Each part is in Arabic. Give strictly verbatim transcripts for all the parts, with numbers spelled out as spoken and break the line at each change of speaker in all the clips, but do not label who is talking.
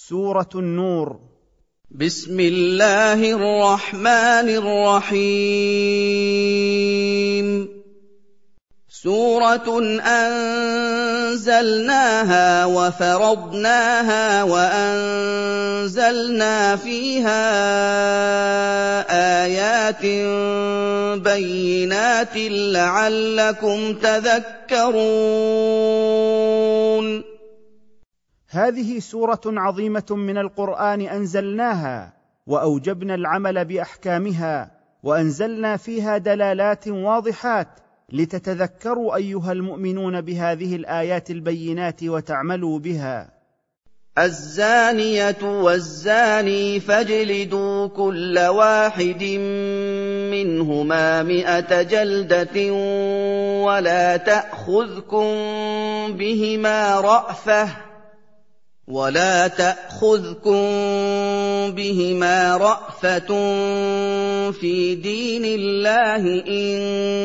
سورة النور.
بسم الله الرحمن الرحيم. سورة أنزلناها وفرضناها وأنزلنا فيها آيات بينات لعلكم تذكرون.
هذه سورة عظيمة من القرآن أنزلناها وأوجبنا العمل بأحكامها، وأنزلنا فيها دلالات واضحات لتتذكروا أيها المؤمنون بهذه الآيات البينات وتعملوا بها.
الزانية والزاني فاجلدوا كل واحد منهما مئة جلدة ولا تأخذكم بهما رأفة ولا تأخذكم بهما رأفة في دين الله إن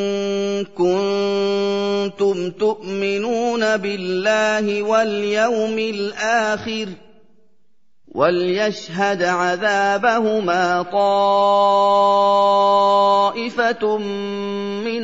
كنتم تؤمنون بالله واليوم الآخر، وليشهد عذابهما طائفة من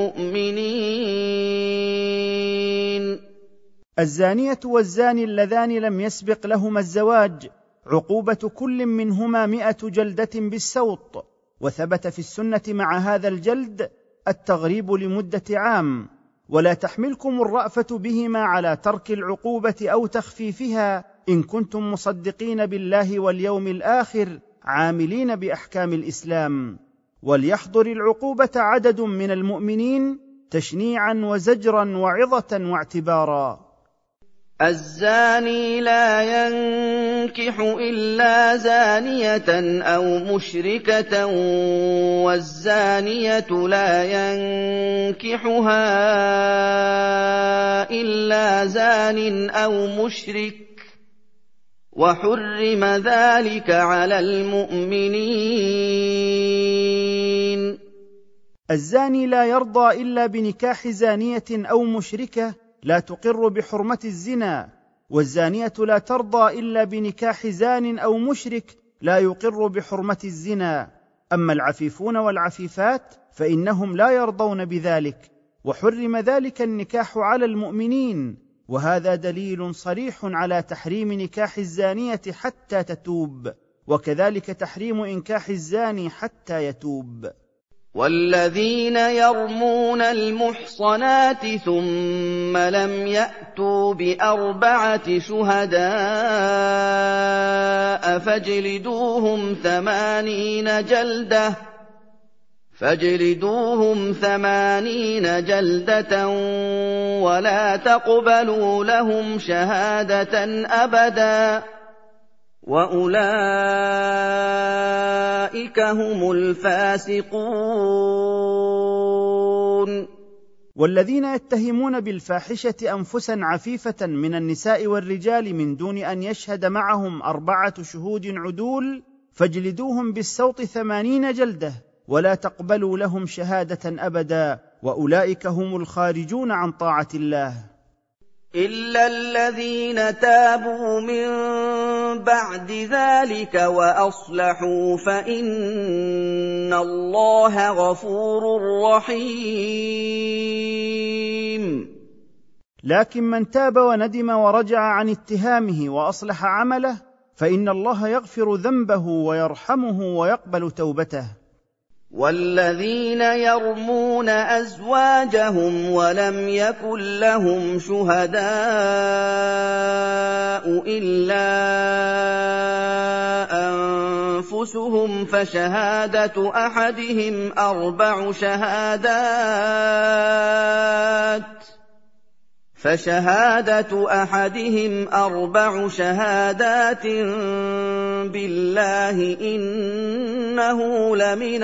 المؤمنين.
الزانية والزاني اللذان لم يسبق لهما الزواج عقوبة كل منهما مئة جلدة بالسوط، وثبت في السنة مع هذا الجلد التغريب لمدة عام، ولا تحملكم الرأفة بهما على ترك العقوبة أو تخفيفها إن كنتم مصدقين بالله واليوم الآخر عاملين بأحكام الإسلام. وليحضر العقوبة عدد من المؤمنين تشنيعا وزجرا وعظة واعتبارا.
الزاني لا ينكح إلا زانية أو مشركة، والزانية لا ينكحها إلا زان أو مشرك، وحرم ذلك على المؤمنين.
الزاني لا يرضى إلا بنكاح زانية أو مشركة لا تقر بحرمة الزنا، والزانية لا ترضى إلا بنكاح زان أو مشرك لا يقر بحرمة الزنا. أما العفيفون والعفيفات فإنهم لا يرضون بذلك، وحرم ذلك النكاح على المؤمنين، وهذا دليل صريح على تحريم نكاح الزانية حتى تتوب، وكذلك تحريم إنكاح الزاني حتى يتوب.
والذين يرمون المحصنات ثم لم يأتوا بأربعة شهداء فاجلدوهم ثمانين جلدة فاجلدوهم ثمانين جلدة ولا تقبلوا لهم شهادة أبدا، وأولئك هم الفاسقون.
والذين يتهمون بالفاحشة أنفسا عفيفة من النساء والرجال من دون أن يشهد معهم أربعة شهود عدول فاجلدوهم بالسوط ثمانين جلدة ولا تقبلوا لهم شهادة أبدا، وأولئك هم الخارجون عن طاعة الله.
إلا الذين تابوا من بعد ذلك وأصلحوا فإن الله غفور رحيم.
لكن من تاب وندم ورجع عن اتهامه وأصلح عمله فإن الله يغفر ذنبه ويرحمه ويقبل توبته.
والذين يرمون أزواجهم ولم يكن لهم شهداء إلا أنفسهم فشهادة أحدهم أربع شهادات فشهادة أحدهم أربع شهادات بالله إنه لمن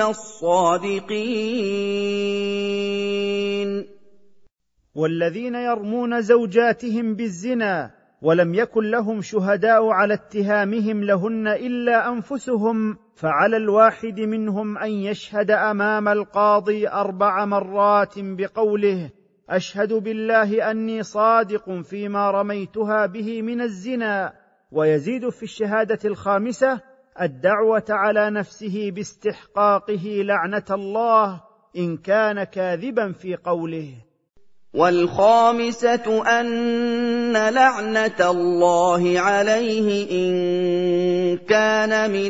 الصادقين.
والذين يرمون زوجاتهم بالزنا ولم يكن لهم شهداء على اتهامهم لهن إلا أنفسهم فعلى الواحد منهم أن يشهد أمام القاضي أربع مرات بقوله: أشهد بالله أني صادق فيما رميتها به من الزنا، ويزيد في الشهادة الخامسة الدعوة على نفسه باستحقاقه لعنة الله إن كان كاذبا في قوله.
والخامسة أن لعنة الله عليه إن كان من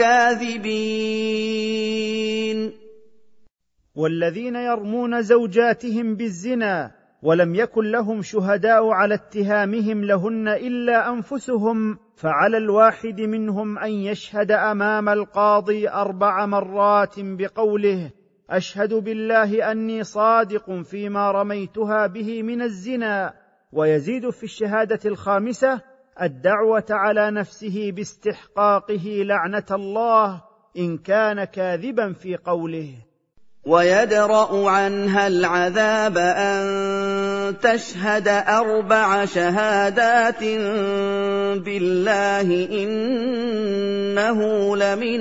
الكاذبين.
والذين يرمون زوجاتهم بالزنا ولم يكن لهم شهداء على اتهامهم لهن إلا أنفسهم، فعلى الواحد منهم أن يشهد أمام القاضي أربع مرات بقوله: أشهد بالله أني صادق فيما رميتها به من الزنا. ويزيد في الشهادة الخامسة الدعوة على نفسه باستحقاقه لعنة الله إن كان كاذبا في قوله.
ويدرأ عنها العذاب أن تشهد أربع شهادات بالله إنه لمن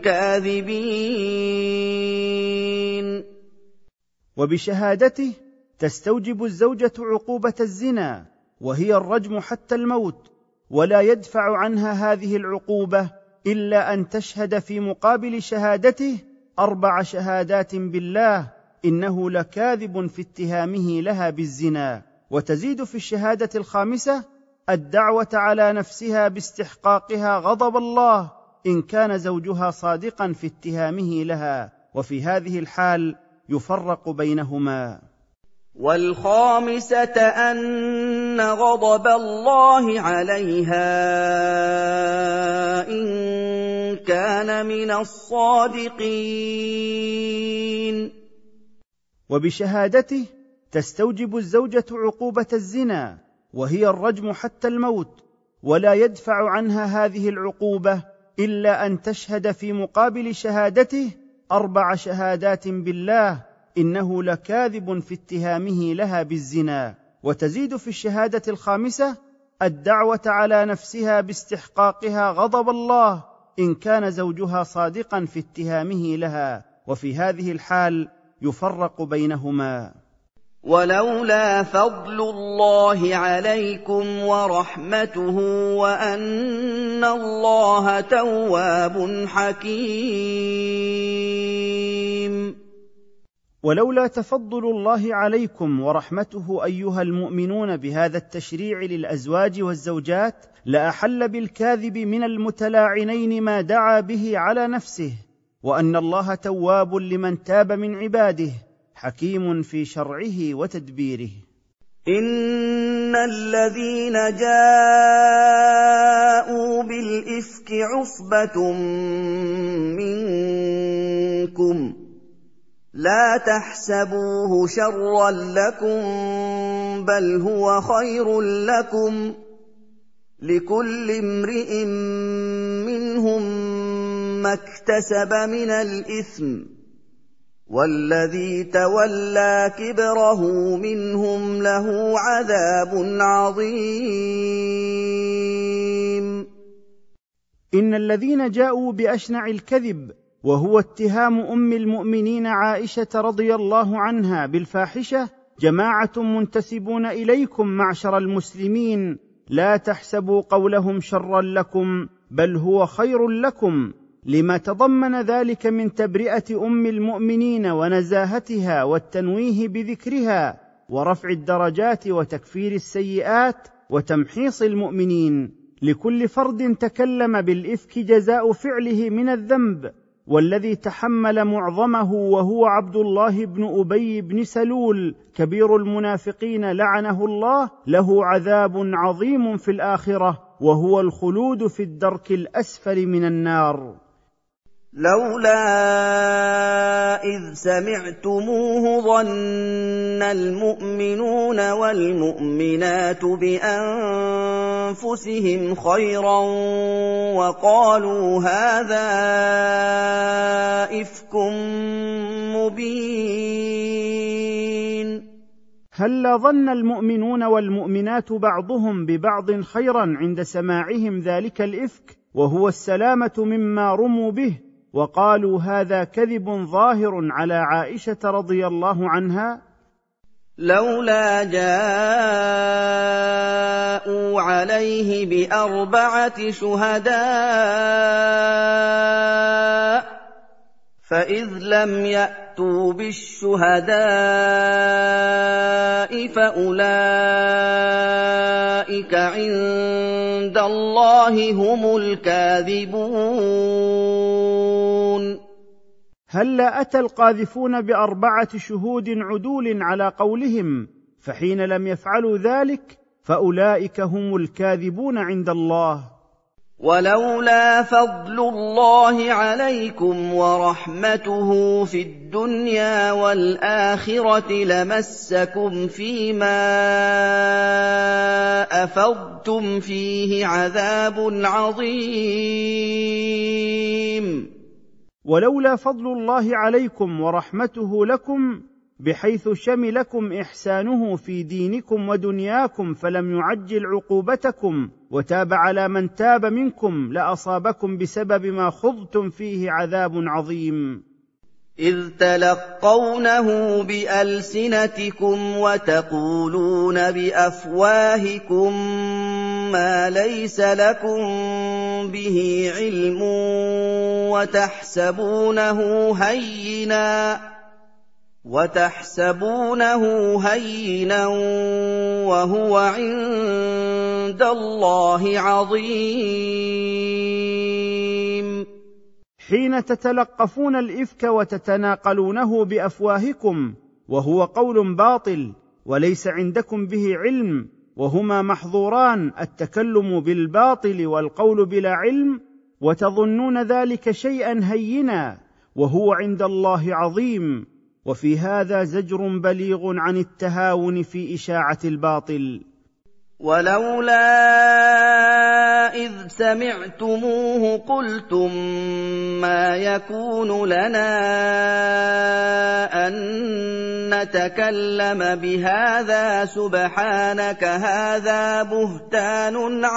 الكاذبين.
وبشهادته تستوجب الزوجة عقوبة الزنا وهي الرجم حتى الموت، ولا يدفع عنها هذه العقوبة إلا أن تشهد في مقابل شهادته أربع شهادات بالله إنه لكاذب في اتهامه لها بالزنا. وتزيد في الشهادة الخامسة الدعوة على نفسها باستحقاقها غضب الله إن كان زوجها صادقا في اتهامه لها، وفي هذه الحال يفرق بينهما.
والخامسة أن غضب الله عليها إن كان من الصادقين.
وبشهادته تستوجب الزوجة عقوبة الزنا وهي الرجم حتى الموت، ولا يدفع عنها هذه العقوبة إلا أن تشهد في مقابل شهادته أربع شهادات بالله إنه لكاذب في اتهامه لها بالزنا. وتزيد في الشهادة الخامسة الدعوة على نفسها باستحقاقها غضب الله إن كان زوجها صادقا في اتهامه لها، وفي هذه الحال يفرق بينهما.
ولولا فضل الله عليكم ورحمته وأن الله تواب حكيم.
ولولا تفضل الله عليكم ورحمته أيها المؤمنون بهذا التشريع للأزواج والزوجات لأحل بالكاذب من المتلاعنين ما دعا به على نفسه، وأن الله تواب لمن تاب من عباده حكيم في شرعه وتدبيره.
إن الذين جاءوا بالإفك عصبة منكم لا تحسبوه شرا لكم بل هو خير لكم، لكل امرئ منهم ما اكتسب من الإثم، والذي تولى كبره منهم له عذاب عظيم.
إن الذين جاءوا بأشنع الكذب وهو اتهام أم المؤمنين عائشة رضي الله عنها بالفاحشة جماعة منتسبون إليكم معشر المسلمين، لا تحسبوا قولهم شرا لكم بل هو خير لكم، لما تضمن ذلك من تبرئة أم المؤمنين ونزاهتها والتنويه بذكرها ورفع الدرجات وتكفير السيئات وتمحيص المؤمنين. لكل فرد تكلم بالإفك جزاء فعله من الذنب، والذي تحمل معظمه وهو عبد الله بن أبي بن سلول كبير المنافقين لعنه الله له عذاب عظيم في الآخرة وهو الخلود في الدرك الأسفل من النار.
لولا إذ سمعتموه ظن المؤمنون والمؤمنات بأنفسهم خيرا وقالوا هذا إفك مبين.
هلا ظن المؤمنون والمؤمنات بعضهم ببعض خيرا عند سماعهم ذلك الإفك وهو السلامة مما رموا به، وقالوا هذا كذب ظاهر على عائشة رضي الله عنها.
لولا جاءوا عليه بأربعة شهداء فإذ لم يأتوا بالشهداء فأولئك عند الله هم الكاذبون.
هلا أتى القاذفون بأربعة شهود عدول على قولهم، فحين لم يفعلوا ذلك فأولئك هم الكاذبون عند الله.
ولولا فضل الله عليكم ورحمته في الدنيا والآخرة لمسكم فيما أفضتم فيه عذاب عظيم.
ولولا فضل الله عليكم ورحمته لكم بحيث شملكم إحسانه في دينكم ودنياكم فلم يعجل عقوبتكم وتاب على من تاب منكم لأصابكم بسبب ما خضتم فيه عذاب عظيم.
إذ تلقونه بألسنتكم وتقولون بأفواهكم ما ليس لكم به علم وتحسبونه هينا وتحسبونه هينا وهو عند الله عظيم.
حين تتلقفون الإفك وتتناقلونه بأفواهكم وهو قول باطل وليس عندكم به علم، وهما محظوران، التكلم بالباطل والقول بلا علم، وتظنون ذلك شيئا هينا وهو عند الله عظيم. وفي هذا زجر بليغ عن التهاون في إشاعة الباطل.
ولولا إذ سمعتموه قلتم ما يكون لنا أن نتكلم بهذا سبحانك هذا بهتان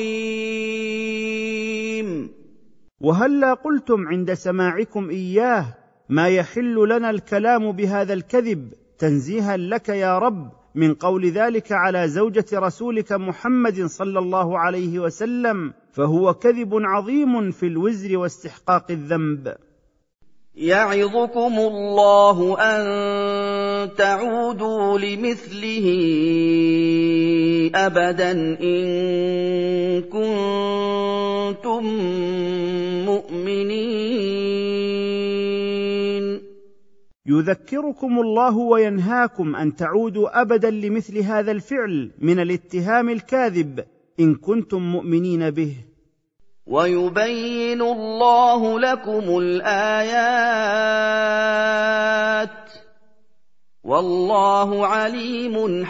عظيم.
وهلا قلتم عند سماعكم إياه ما يحل لنا الكلام بهذا الكذب تنزيها لك يا رب من قول ذلك على زوجة رسولك محمد صلى الله عليه وسلم، فهو كذب عظيم في الوزر واستحقاق الذنب.
يعظكم الله أن تعودوا لمثله أبدا إن كنتم مؤمنين.
يذكركم الله وينهاكم أن تعودوا أبدا لمثل هذا الفعل من الاتهام الكاذب إن كنتم مؤمنين به.
ويبين الله لكم الآيات والله عليم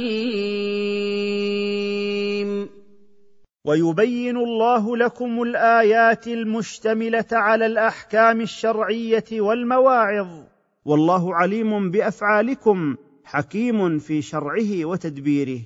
حكيم.
ويبين الله لكم الآيات المشتملة على الأحكام الشرعية والمواعظ، والله عليم بأفعالكم حكيم في شرعه وتدبيره.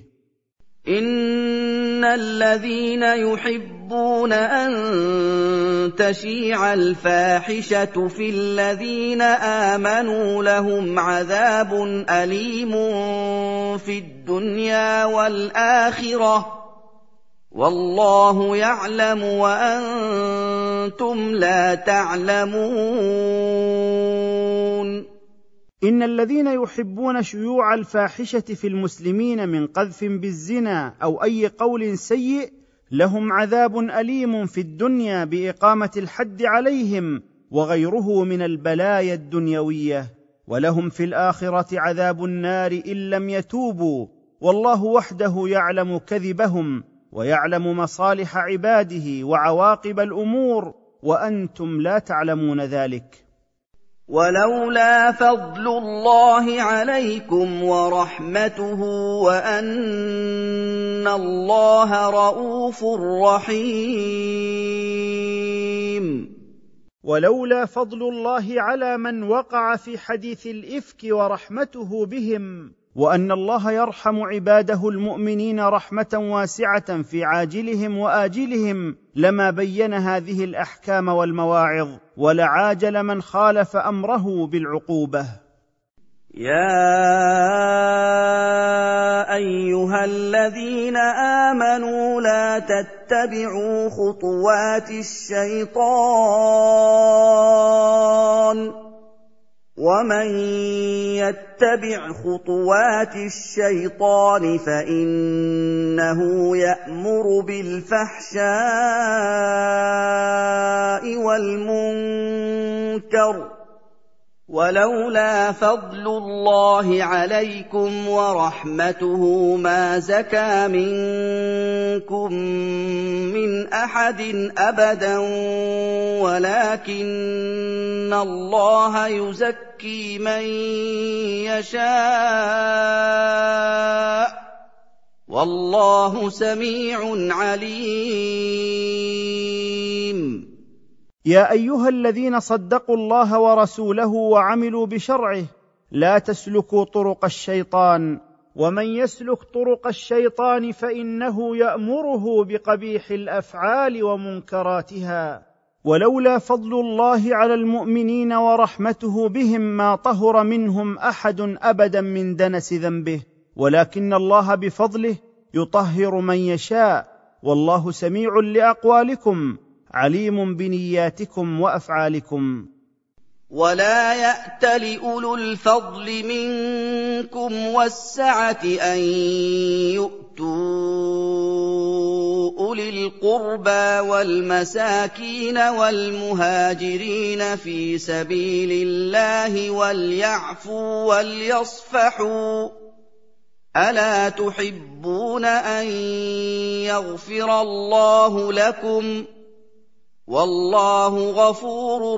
إن الذين يحبون أن تشيع الفاحشة في الذين آمنوا لهم عذاب أليم في الدنيا والآخرة والله يعلم وأنتم لا تعلمون.
إن الذين يحبون شيوع الفاحشة في المسلمين من قذف بالزنا أو أي قول سيء لهم عذاب أليم في الدنيا بإقامة الحد عليهم وغيره من البلايا الدنيوية، ولهم في الآخرة عذاب النار إن لم يتوبوا، والله وحده يعلم كذبهم ويعلم مصالح عباده وعواقب الأمور وأنتم لا تعلمون ذلك.
ولولا فضل الله عليكم ورحمته وأن الله رءوف رحيم.
ولولا فضل الله على من وقع في حديث الإفك ورحمته بهم، وأن الله يرحم عباده المؤمنين رحمة واسعة في عاجلهم وآجلهم، لما بين هذه الأحكام والمواعظ ولعاجل من خالف أمره بالعقوبة.
يَا أَيُّهَا الَّذِينَ آمَنُوا لَا تَتَّبِعُوا خُطُوَاتِ الشَّيْطَانِ ۚ وَمَن يَتَّبِعْ خُطُوَاتِ الشَّيْطَانِ فَإِنَّهُ يَأْمُرُ بِالْفَحْشَاءِ وَالْمُنكَرِ ۚ وَلَوْلَا فَضْلُ اللَّهِ عَلَيْكُمْ وَرَحْمَتُهُ مَا زَكَىٰ مِنكُم مِّنْ أَحَدٍ أَبَدًا وَلَٰكِنَّ اللَّهَ يُزَكِّي مَن يَشَاءُ ۗ وَاللَّهُ سَمِيعٌ عَلِيمٌ.
يا ايها الذين صدقوا الله ورسوله وعملوا بشرعه لا تسلكوا طرق الشيطان، ومن يسلك طرق الشيطان فانه يامره بقبيح الافعال ومنكراتها. ولولا فضل الله على المؤمنين ورحمته بهم ما طهر منهم احد ابدا من دنس ذنبه، ولكن الله بفضله يطهر من يشاء، والله سميع لاقوالكم عليم بنياتكم وافعالكم.
ولا يأتل أولو الفضل منكم والسعة أن يؤتوا أولي القربى والمساكين والمهاجرين في سبيل الله وليعفوا وليصفحوا، ألا تحبون أن يغفر الله لكم؟ والله غفور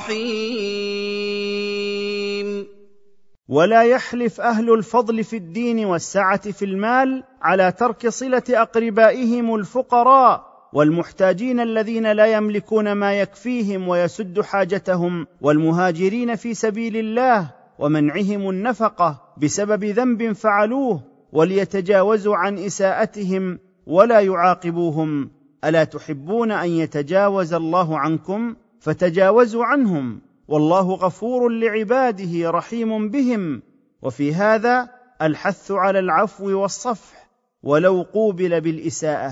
رحيم.
ولا يحلف أهل الفضل في الدين والسعة في المال على ترك صلة أقربائهم الفقراء والمحتاجين الذين لا يملكون ما يكفيهم ويسد حاجتهم، والمهاجرين في سبيل الله ومنعهم النفقة بسبب ذنب فعلوه، وليتجاوزوا عن إساءتهم ولا يعاقبوهم. ألا تحبون أن يتجاوز الله عنكم؟ فتجاوزوا عنهم، والله غفور لعباده رحيم بهم. وفي هذا الحث على العفو والصفح ولو قوبل بالإساءة.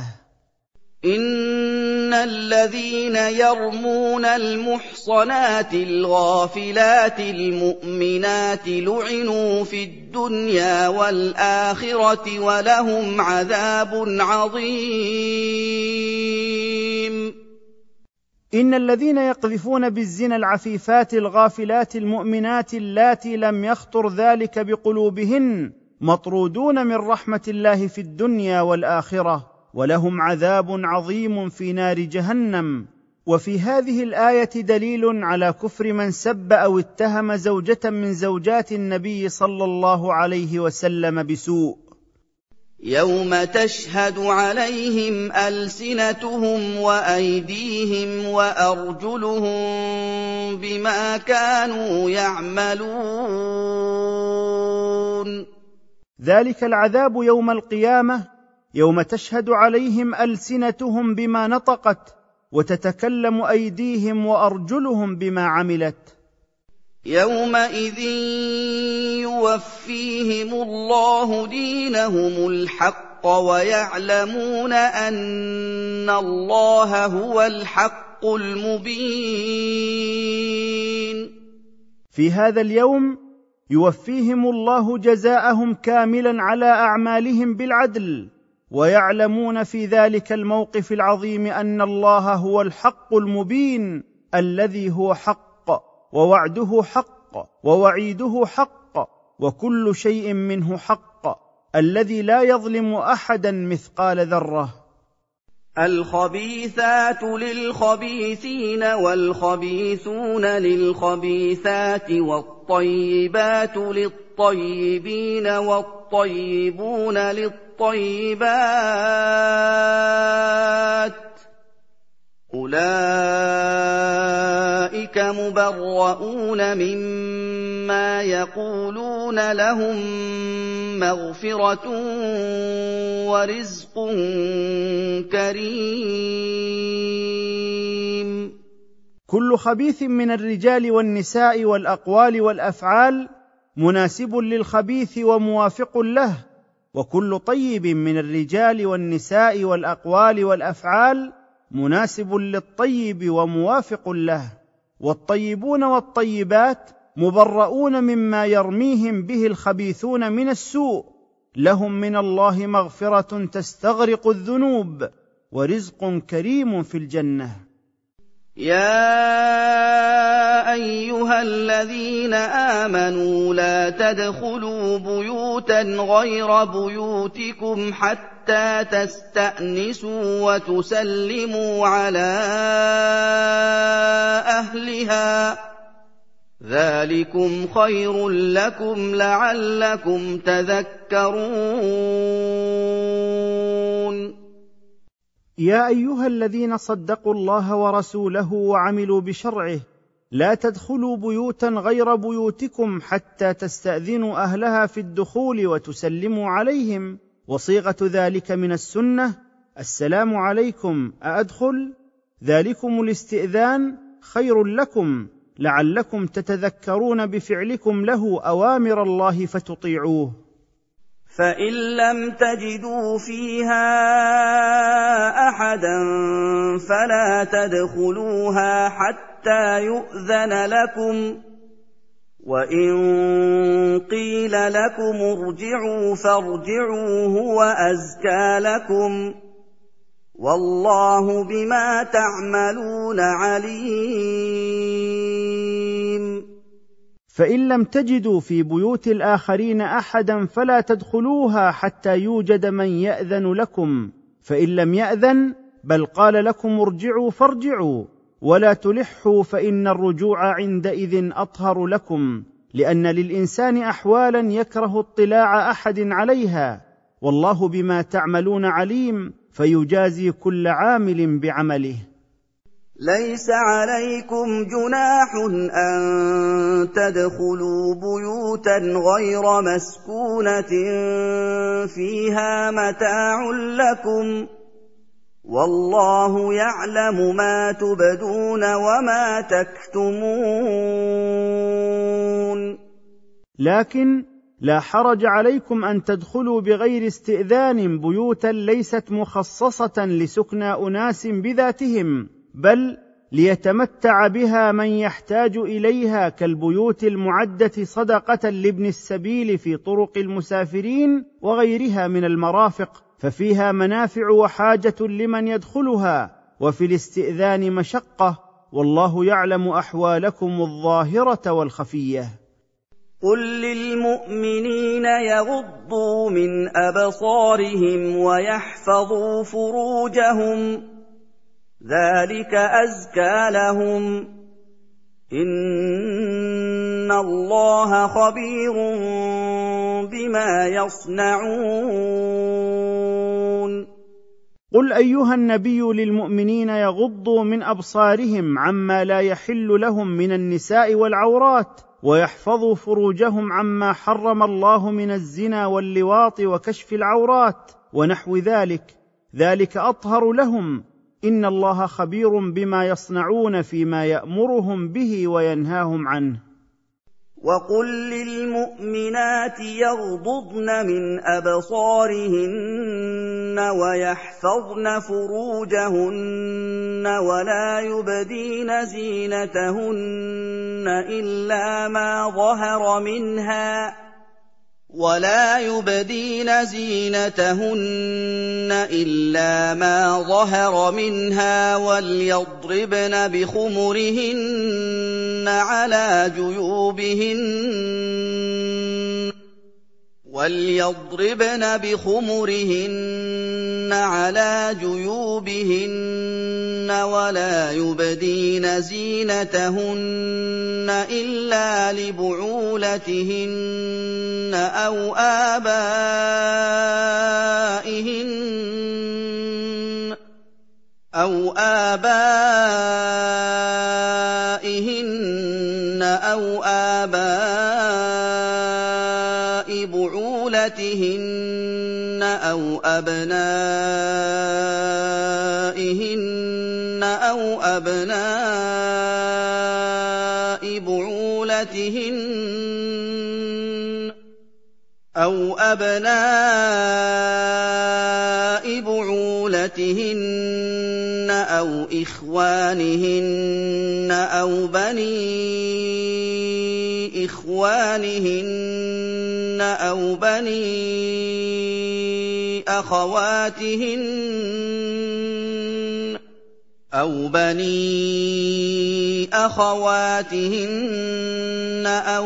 إن الذين يرمون المحصنات الغافلات المؤمنات لعنوا في الدنيا والآخرة ولهم عذاب عظيم.
إن الذين يقذفون بالزنا العفيفات الغافلات المؤمنات اللاتي لم يخطر ذلك بقلوبهن مطرودون من رحمة الله في الدنيا والآخرة، ولهم عذاب عظيم في نار جهنم. وفي هذه الآية دليل على كفر من سب أو اتهم زوجة من زوجات النبي صلى الله عليه وسلم بسوء.
يوم تشهد عليهم ألسنتهم وأيديهم وأرجلهم بما كانوا يعملون.
ذلك العذاب يوم القيامة، يوم تشهد عليهم ألسنتهم بما نطقت، وتتكلم أيديهم وأرجلهم بما عملت.
يومئذ يوفيهم الله دينهم الحق ويعلمون أن الله هو الحق المبين.
في هذا اليوم يوفيهم الله جزاءهم كاملا على أعمالهم بالعدل، ويعلمون في ذلك الموقف العظيم أن الله هو الحق المبين الذي هو حق، ووعده حق، ووعيده حق، وكل شيء منه حق، الذي لا يظلم أحدا مثقال ذرة.
الخبيثات للخبيثين والخبيثون للخبيثات والطيبات للطيبين والطيبون للطيبات، أولئك مبرؤون مما يقولون، لهم مغفرة ورزق كريم.
كل خبيث من الرجال والنساء والأقوال والأفعال مناسب للخبيث وموافق له، وكل طيب من الرجال والنساء والأقوال والأفعال مناسب للطيب وموافق له. والطيبون والطيبات مبرؤون مما يرميهم به الخبيثون من السوء، لهم من الله مغفرة تستغرق الذنوب ورزق كريم في الجنة.
يا أيها الذين آمنوا لا تدخلوا بيوتا غير بيوتكم حتى تستأنسوا وتسلموا على أهلها، ذلكم خير لكم لعلكم تذكرون.
يا أيها الذين صدقوا الله ورسوله وعملوا بشرعه، لا تدخلوا بيوتا غير بيوتكم حتى تستأذنوا أهلها في الدخول وتسلموا عليهم، وصيغة ذلك من السنة: السلام عليكم أأدخل؟ ذلكم الاستئذان خير لكم لعلكم تتذكرون بفعلكم له أوامر الله فتطيعوه.
فإن لم تجدوا فيها أحدا فلا تدخلوها حتى يؤذن لكم، وإن قيل لكم ارجعوا فارجعوا هو أزكى لكم، والله بما تعملون عليم.
فإن لم تجدوا في بيوت الآخرين أحدا فلا تدخلوها حتى يوجد من يأذن لكم، فإن لم يأذن بل قال لكم ارجعوا فارجعوا، ولا تلحوا، فإن الرجوع عندئذ أطهر لكم، لأن للإنسان أحوالا يكره اطلاع أحد عليها، والله بما تعملون عليم، فيجازي كل عامل بعمله.
ليس عليكم جناح أن تدخلوا بيوتا غير مسكونة فيها متاع لكم، والله يعلم ما تبدون وما تكتمون.
لكن لا حرج عليكم أن تدخلوا بغير استئذان بيوتا ليست مخصصة لسكنى أناس بذاتهم، بل ليتمتع بها من يحتاج إليها، كالبيوت المعدة صدقة لابن السبيل في طرق المسافرين وغيرها من المرافق، ففيها منافع وحاجة لمن يدخلها، وفي الاستئذان مشقة، والله يعلم أحوالكم الظاهرة والخفية.
قل للمؤمنين يغضوا من أبصارهم ويحفظوا فروجهم، ذلك أزكى لهم، إن الله خبير بما يصنعون.
قل أيها النبي للمؤمنين يغضوا من أبصارهم عما لا يحل لهم من النساء والعورات، ويحفظوا فروجهم عما حرم الله من الزنا واللواط وكشف العورات ونحو ذلك، ذلك أطهر لهم، إن الله خبير بما يصنعون فيما يأمرهم به وينهاهم عنه.
وقل للمؤمنات يغضضن من أبصارهن ويحفظن فروجهن ولا يبدين زينتهن إلا ما ظهر منها ولا يبدين زينتهن إلا ما ظهر منها وليضربن بخمرهن على جيوبهن وليضربن بخمرهن على جيوبهن ولا يبدين زينتهن إلا لبعولتهن أو آبائهن أو آبائهن أو آباء بعولتهن أو أبنائهن أو أبناء بعولتهن أَوْ أَبْنَاءِ بُعُولَتِهِنَّ أَوْ إِخْوَانِهِنَّ أَوْ بَنِي إِخْوَانِهِنَّ أَوْ بَنِي أَخَوَاتِهِنَّ أَوْ بَنِي أَخَوَاتِهِنَّ أَوْ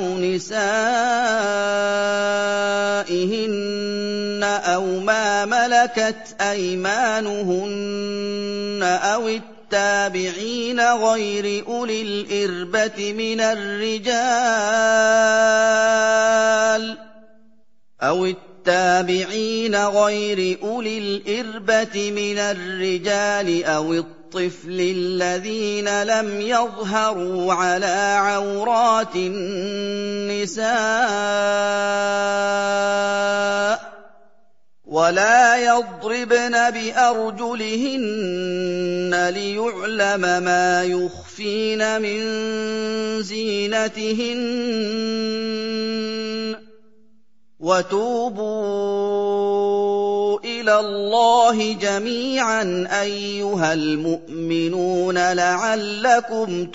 نِسَائِهِنَّ أَوْ مَا مَلَكَتْ أَيْمَانُهُنَّ أَوِ التَّابِعِينَ غَيْرِ أُولِي الْإِرْبَةِ مِنَ الرِّجَالِ أَوِ التَّابِعِينَ غَيْرِ أُولِي الْإِرْبَةِ مِنَ الرِّجَالِ أَوِ الطِّفْلِ الَّذِينَ لَمْ يَظْهَرُوا عَلَىٰ عَوْرَاتِ النِّسَاءِ ۖ وَلَا يَضْرِبْنَ بِأَرْجُلِهِنَّ لِيُعْلَمَ مَا يُخْفِينَ مِن زِينَتِهِنَّ ۚ وَتُوبُوا إِلَى اللَّهِ جَمِيعًا أَيُّهَا الْمُؤْمِنُونَ لَعَلَّكُمْ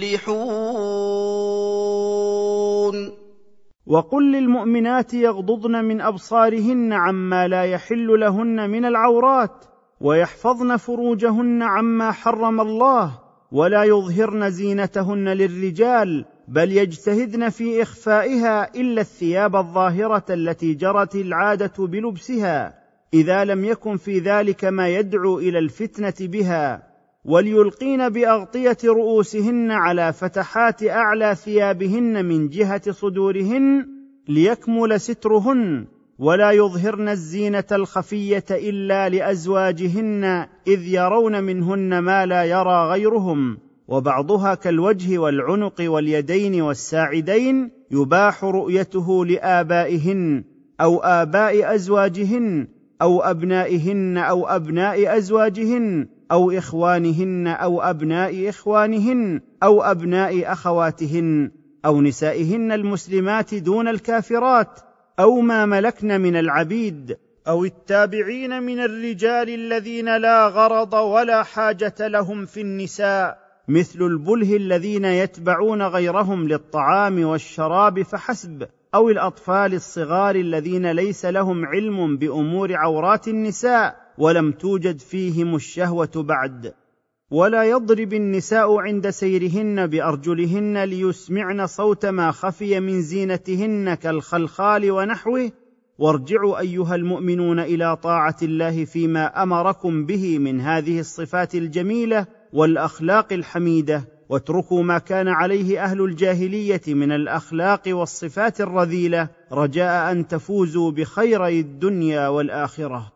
تُفْلِحُونَ.
وقل للمؤمنات يغضضن من أبصارهن عما لا يحل لهن من العورات، ويحفظن فروجهن عما حرم الله، ولا يظهرن زينتهن للرجال، بل يجتهدن في إخفائها إلا الثياب الظاهرة التي جرت العادة بلبسها، إذا لم يكن في ذلك ما يدعو إلى الفتنة بها. وليلقين بأغطية رؤوسهن على فتحات أعلى ثيابهن من جهة صدورهن ليكمل سترهن، ولا يظهرن الزينة الخفية إلا لأزواجهن إذ يرون منهن ما لا يرى غيرهم، وبعضها كالوجه والعنق واليدين والساعدين يباح رؤيته لآبائهن أو آباء أزواجهن أو أبنائهن أو أبناء أزواجهن أو إخوانهن أو أبناء إخوانهن أو أبناء أخواتهن أو نسائهن المسلمات دون الكافرات أو ما ملكن من العبيد أو التابعين من الرجال الذين لا غرض ولا حاجة لهم في النساء، مثل البله الذين يتبعون غيرهم للطعام والشراب فحسب، أو الأطفال الصغار الذين ليس لهم علم بأمور عورات النساء ولم توجد فيهم الشهوة بعد. ولا يضرب النساء عند سيرهن بأرجلهن ليسمعن صوت ما خفي من زينتهن كالخلخال ونحوه. وارجعوا أيها المؤمنون إلى طاعة الله فيما أمركم به من هذه الصفات الجميلة والأخلاق الحميدة، واتركوا ما كان عليه أهل الجاهلية من الأخلاق والصفات الرذيلة، رجاء أن تفوزوا بخيري الدنيا والآخرة.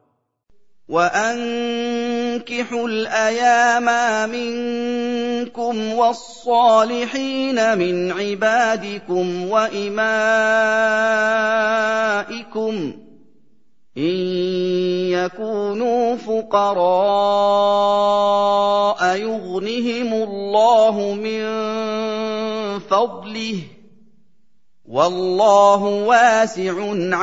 وَأَنكِحُوا الْأَيَامَ مِنكُمْ وَالصَّالِحِينَ مِنْ عِبَادِكُمْ وَإِمَائِكُمْ إِن يَكُونُوا فُقَرَاءَ يُغْنِهِمُ اللَّهُ مِن فَضْلِهِ ۗ وَاللَّهُ وَاسِعٌ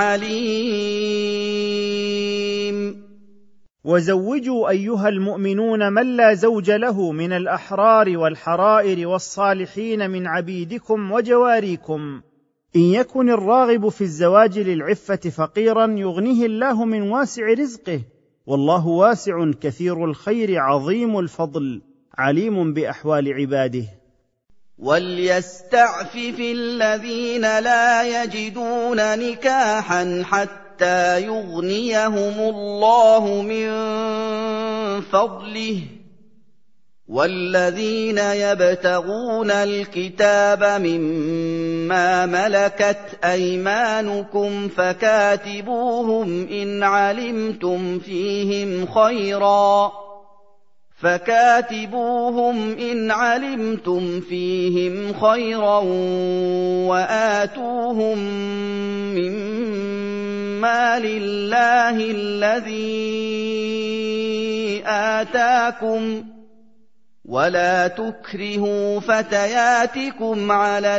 عَلِيمٌ.
وزوجوا أيها المؤمنون من لا زوج له من الأحرار والحرائر والصالحين من عبيدكم وجواريكم، إن يكن الراغب في الزواج للعفة فقيرا يغنيه الله من واسع رزقه، والله واسع كثير الخير عظيم الفضل عليم بأحوال عباده.
وَلْيَسْتَعْفِفِ الَّذِينَ لَا يَجِدُونَ نِكَاحًا حَتَّىٰ يُغْنِيَهُمُ اللَّهُ مِن فَضْلِهِ ۗ وَالَّذِينَ يَبْتَغُونَ الْكِتَابَ مِمَّا مَلَكَتْ أَيْمَانُكُمْ فَكَاتِبُوهُمْ إِنْ عَلِمْتُمْ فِيهِمْ خَيْرًا فَكَاتِبُوهُمْ إِنْ عَلِمْتُمْ فِيهِمْ خَيْرًا وَآتُوهُم مِّن مَّالِ اللَّهِ الَّذِي آتَاكُمْ ۚ ولا تكرهوا فتياتكم على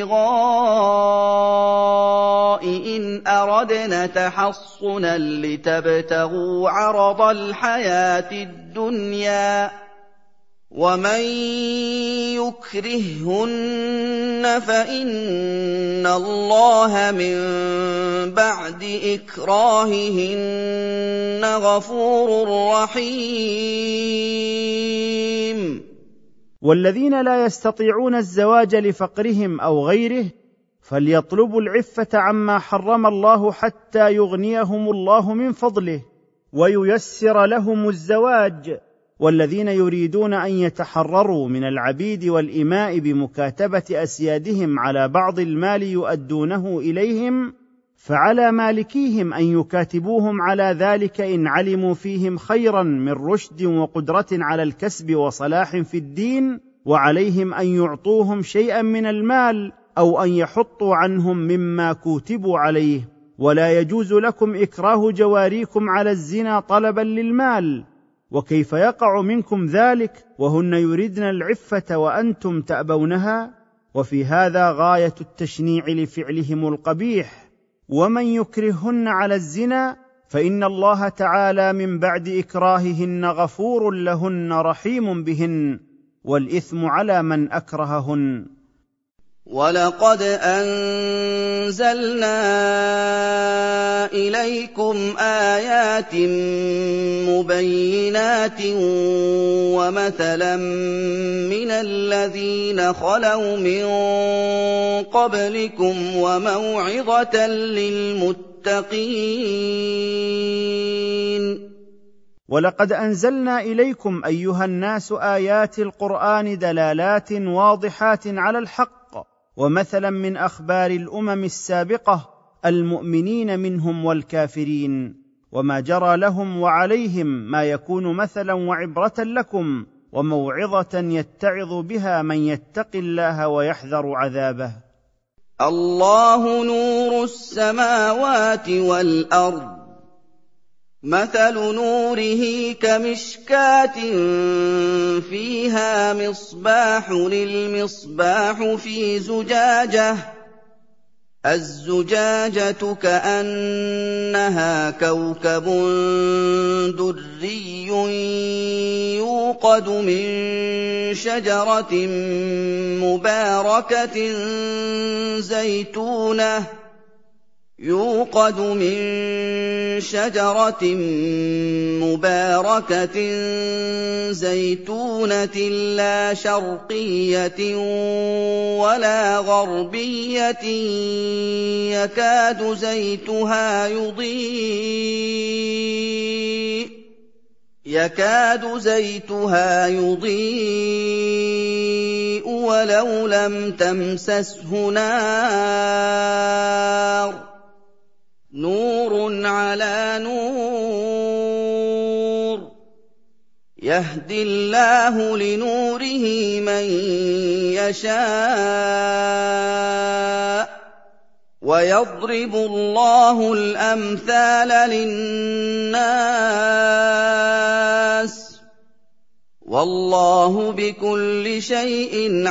البغاء إن أردنا تحصنا لتبتغوا عرض الحياة الدنيا ومن يكرههن فإن الله من بعد إكراههن غفور رحيم.
والذين لا يستطيعون الزواج لفقرهم أو غيره فليطلبوا العفة عما حرم الله حتى يغنيهم الله من فضله وييسر لهم الزواج. والذين يريدون أن يتحرروا من العبيد والإماء بمكاتبة أسيادهم على بعض المال يؤدونه إليهم فعلى مالكيهم أن يكاتبوهم على ذلك إن علموا فيهم خيرا من رشد وقدرة على الكسب وصلاح في الدين، وعليهم أن يعطوهم شيئا من المال أو أن يحطوا عنهم مما كوتبوا عليه. ولا يجوز لكم إكراه جواريكم على الزنا طلبا للمال، وكيف يقع منكم ذلك وهن يردن العفة وأنتم تأبونها؟ وفي هذا غاية التشنيع لفعلهم القبيح. ومن يكرههن على الزنا فإن الله تعالى من بعد إكراههن غفور لهن رحيم بهن، والإثم على من أكرههن.
وَلَقَدْ أَنزَلْنَا إِلَيْكُمْ آيَاتٍ مُبَيِّنَاتٍ وَمَثَلًا مِّنَ الَّذِينَ خَلَوْا مِن قَبْلِكُمْ وَمَوْعِظَةً لِّلْمُتَّقِينَ.
ولقد أنزلنا إليكم أيها الناس آيات القرآن دلالات واضحات على الحق، ومثلا من أخبار الأمم السابقة المؤمنين منهم والكافرين، وما جرى لهم وعليهم، ما يكون مثلا وعبرة لكم وموعظة يتعظ بها من يتقي الله ويحذر عذابه.
الله نور السماوات والأرض، مثل نوره كمشكاة فيها مصباح، المصباح في زجاجة، الزجاجة كأنها كوكب دري يوقد من شجرة مباركة زيتونة يوقد من شجرة مباركة زيتونة لا شرقية ولا غربية يكاد زيتها يضيء يكاد زيتها يضيء ولو لم تمسسه نار، نور على نور، يهدي الله لنوره من يشاء، ويضرب الله الأمثال للناس، والله بكل شيء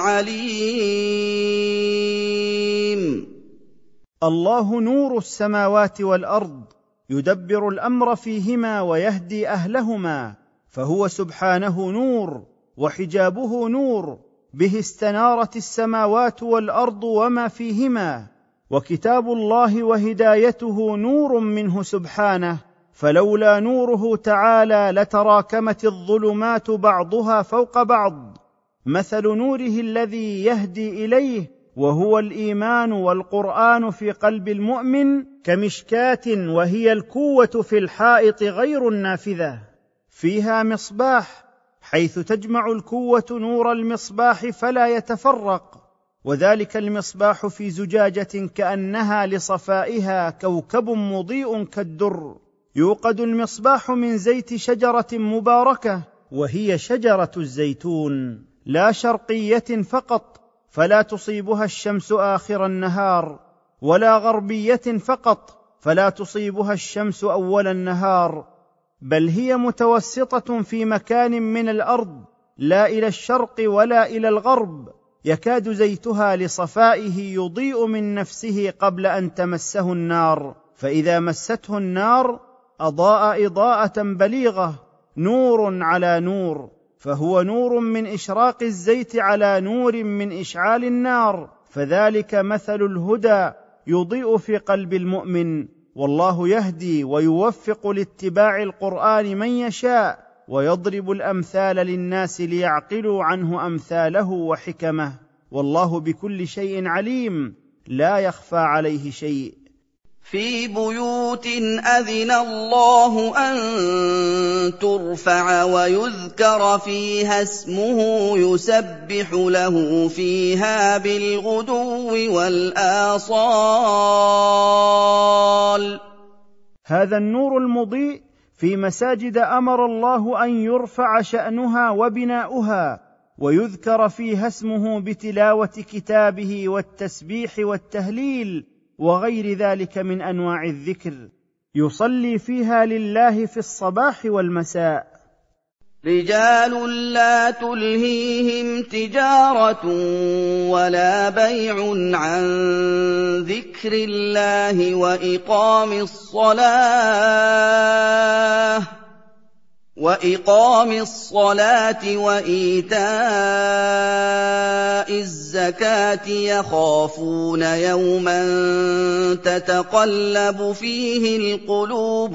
عليم.
الله نور السماوات والأرض، يدبر الأمر فيهما ويهدي أهلهما، فهو سبحانه نور، وحجابه نور، به استنارت السماوات والأرض وما فيهما، وكتاب الله وهدايته نور منه سبحانه، فلولا نوره تعالى لتراكمت الظلمات بعضها فوق بعض. مثل نوره الذي يهدي إليه وهو الإيمان والقرآن في قلب المؤمن كمشكاة، وهي الكوة في الحائط غير النافذة، فيها مصباح، حيث تجمع الكوة نور المصباح فلا يتفرق، وذلك المصباح في زجاجة كأنها لصفائها كوكب مضيء كالدر. يوقد المصباح من زيت شجرة مباركة، وهي شجرة الزيتون، لا شرقية فقط فلا تصيبها الشمس آخر النهار، ولا غربية فقط فلا تصيبها الشمس أول النهار، بل هي متوسطة في مكان من الأرض لا إلى الشرق ولا إلى الغرب، يكاد زيتها لصفائه يضيء من نفسه قبل أن تمسه النار، فإذا مسته النار أضاء إضاءة بليغة، نور على نور، فهو نور من إشراق الزيت على نور من إشعال النار، فذلك مثل الهدى يضيء في قلب المؤمن. والله يهدي ويوفق لاتباع القرآن من يشاء، ويضرب الأمثال للناس ليعقلوا عنه أمثاله وحكمه، والله بكل شيء عليم، لا يخفى عليه شيء.
في بيوت أذن الله أن ترفع ويذكر فيها اسمه يسبح له فيها بالغدو والآصال.
هذا النور المضيء في مساجد أمر الله أن يرفع شأنها وبناؤها، ويذكر فيها اسمه بتلاوة كتابه والتسبيح والتهليل وغير ذلك من أنواع الذكر، يصلي فيها لله في الصباح والمساء.
رجال لا تلهيهم تجارة ولا بيع عن ذكر الله وإقام الصلاة وإقام الصلاة وإيتاء الزكاة يخافون يوما تتقلب فيه القلوب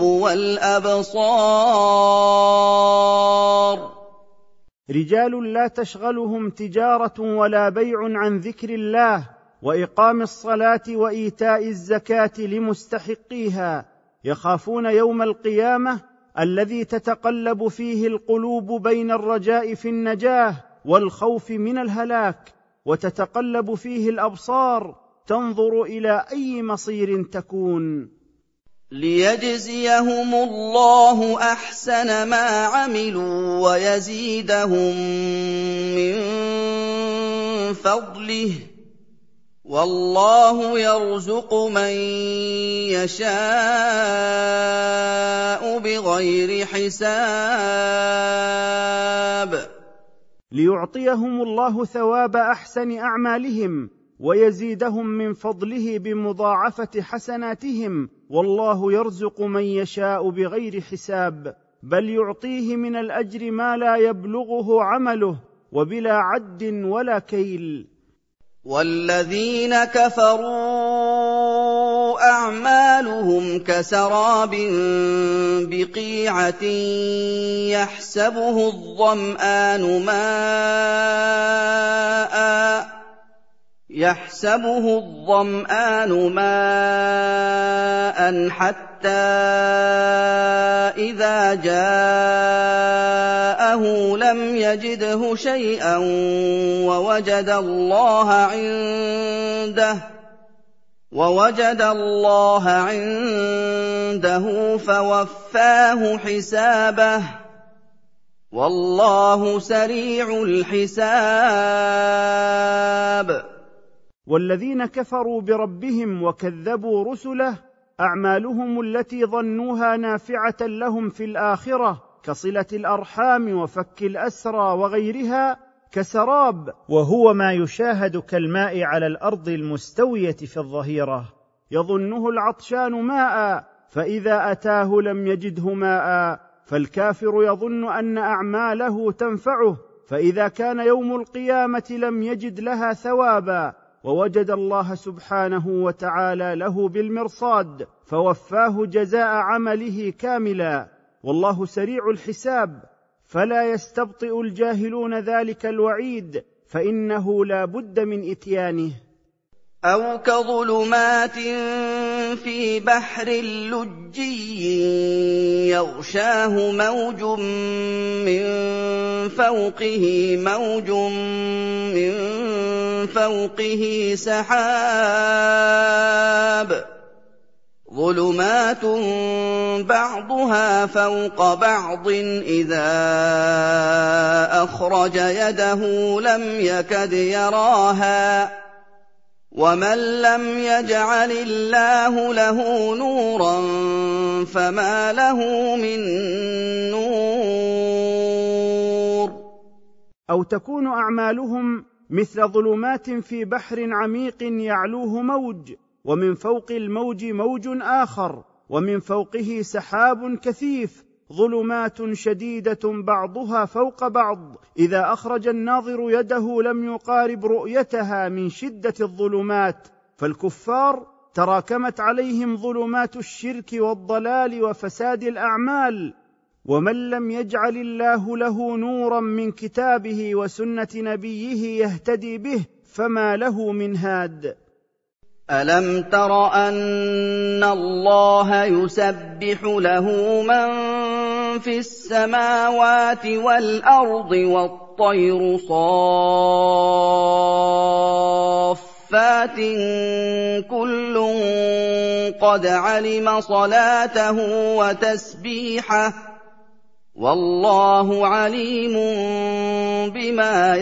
والأبصار.
رجال لا تشغلهم تجارة ولا بيع عن ذكر الله وإقام الصلاة وإيتاء الزكاة لمستحقيها، يخافون يوم القيامة الذي تتقلب فيه القلوب بين الرجاء في النجاة والخوف من الهلاك، وتتقلب فيه الأبصار تنظر إلى أي مصير تكون.
ليجزيهم الله أحسن ما عملوا ويزيدهم من فضله، والله يرزق من يشاء بغير حساب.
ليعطيهم الله ثواب أحسن أعمالهم ويزيدهم من فضله بمضاعفة حسناتهم، والله يرزق من يشاء بغير حساب، بل يعطيه من الأجر ما لا يبلغه عمله وبلا عد ولا كيل.
والذين كفروا أعمالهم كسراب بقيعة يحسبه الظمآن ماءً يحسبه الظمآن ماءً حتى إذا جاءه لم يجده شيئا ووجد الله عنده ووجد الله عنده فوفاه حسابه، والله سريع الحساب.
والذين كفروا بربهم وكذبوا رسله أعمالهم التي ظنوها نافعة لهم في الآخرة كصلة الأرحام وفك الأسرى وغيرها كسراب، وهو ما يشاهد كالماء على الأرض المستوية في الظهيرة، يظنه العطشان ماء فإذا أتاه لم يجده ماء، فالكافر يظن أن أعماله تنفعه، فإذا كان يوم القيامة لم يجد لها ثوابا، ووجد الله سبحانه وتعالى له بالمرصاد فوفاه جزاء عمله كاملا، والله سريع الحساب، فلا يستبطئ الجاهلون ذلك الوعيد، فإنه لا بد من إتيانه.
أو كظلمات في بحر لجي يغشاه موج من فوقه موج من فوقه سحاب، ظلمات بعضها فوق بعض إذا أخرج يده لم يكد يراها، ومن لم يجعل الله له نورا فما له من نور.
أو تكون أعمالهم مثل ظلمات في بحر عميق يعلوه موج، ومن فوق الموج موج آخر، ومن فوقه سحاب كثيف، ظلمات شديدة بعضها فوق بعض، إذا أخرج الناظر يده لم يقارب رؤيتها من شدة الظلمات. فالكفار تراكمت عليهم ظلمات الشرك والضلال وفساد الأعمال، ومن لم يجعل الله له نورا من كتابه وسنة نبيه يهتدي به فما له من هاد.
ألم تر أن الله يسبح له من في السماوات والأرض والطير صافات كل قد علم صلاته وتسبيحه والله عليم بما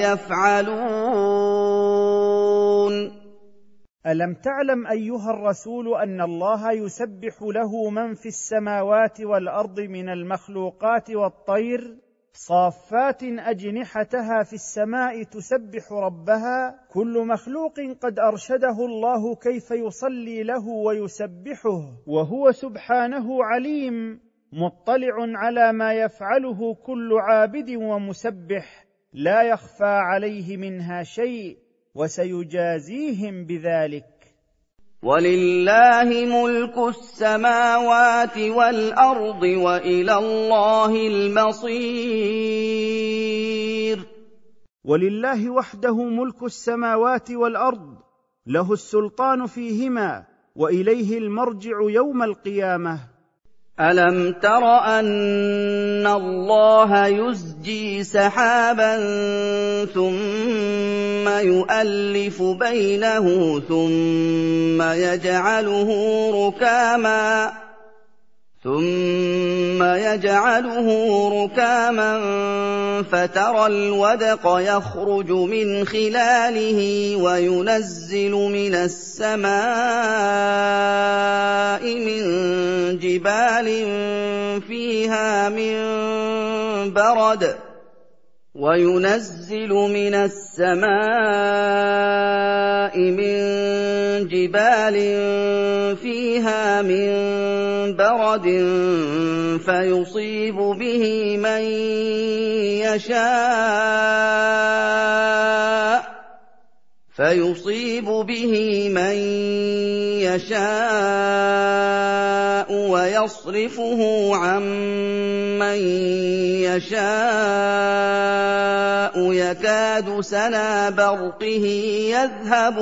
يفعلون.
ألم تعلم أيها الرسول أن الله يسبح له من في السماوات والأرض من المخلوقات والطير صافات أجنحتها في السماء تسبح ربها، كل مخلوق قد أرشده الله كيف يصلي له ويسبحه، وهو سبحانه عليم مطلع على ما يفعله كل عابد ومسبح، لا يخفى عليه منها شيء، وسيجازيهم بذلك.
ولله ملك السماوات والأرض وإلى الله المصير.
ولله وحده ملك السماوات والأرض، له السلطان فيهما، وإليه المرجع يوم القيامة.
ألم تر أن الله يزجي سحابا ثم يؤلف بينه ثم يجعله ركاما ثم يجعله ركاما فترى الودق يخرج من خلاله وينزل من السماء من جبال فيها من برد وينزل من السماء من جبال فيها من برد فيصيب به من يشاء فيصيب به من يشاء ويصرفه عن من يشاء يكاد سنا برقه يذهب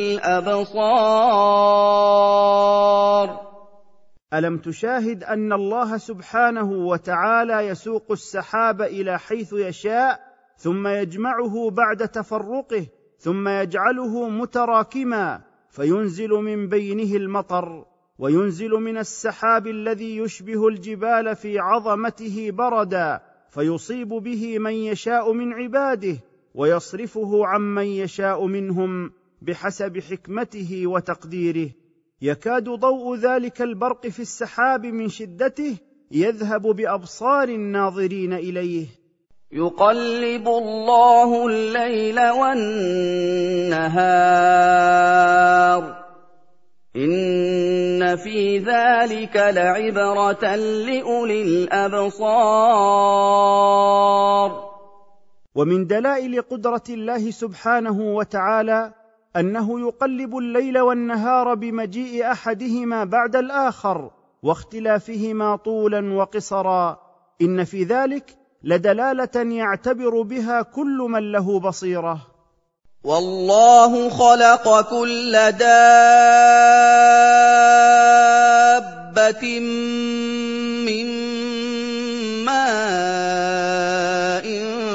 بالأبصار.
ألم تشاهد أن الله سبحانه وتعالى يسوق السحاب إلى حيث يشاء ثم يجمعه بعد تفرقه ثم يجعله متراكما فينزل من بينه المطر، وينزل من السحاب الذي يشبه الجبال في عظمته بردا فيصيب به من يشاء من عباده ويصرفه عمن يشاء منهم بحسب حكمته وتقديره. يكاد ضوء ذلك البرق في السحاب من شدته يذهب بأبصار الناظرين إليه.
يقلب الله الليل والنهار إن في ذلك لعبرة لأولي الأبصار.
ومن دلائل قدرة الله سبحانه وتعالى أنه يقلب الليل والنهار بمجيء أحدهما بعد الآخر واختلافهما طولا وقصرا، إن في ذلك لدلالة يعتبر بها كل من له بصيرة.
والله خلق كل دابة من ماء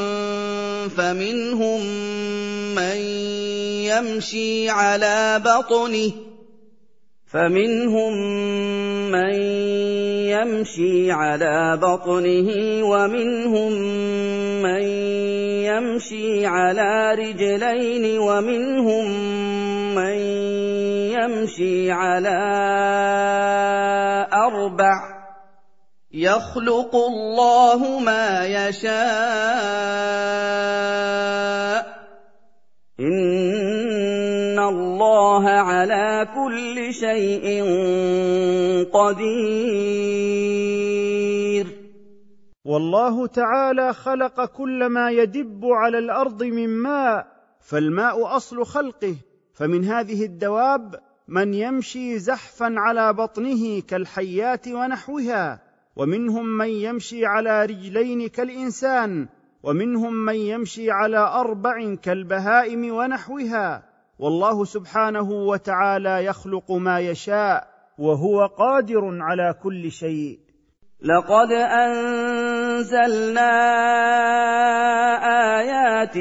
فمنهم من يمشي على بطنه فمنهم من يمشي على بطنه ومنهم من يمشي على رجلين ومنهم من يمشي على أربع يَخْلُقُ اللَّهُ مَا يَشَاءُ ۚ إِنَّ اللَّهَ عَلَىٰ كُلِّ شَيْءٍ قَدِيرٌ.
والله تعالى خلق كل ما يدب على الأرض من ماء، فالماء أصل خلقه، فمن هذه الدواب من يمشي زحفا على بطنه كالحيات ونحوها، ومنهم من يمشي على رجلين كالإنسان، ومنهم من يمشي على أربع كالبهائم ونحوها. والله سبحانه وتعالى يخلق ما يشاء، وهو قادر على كل شيء.
لقد أنزلنا آيات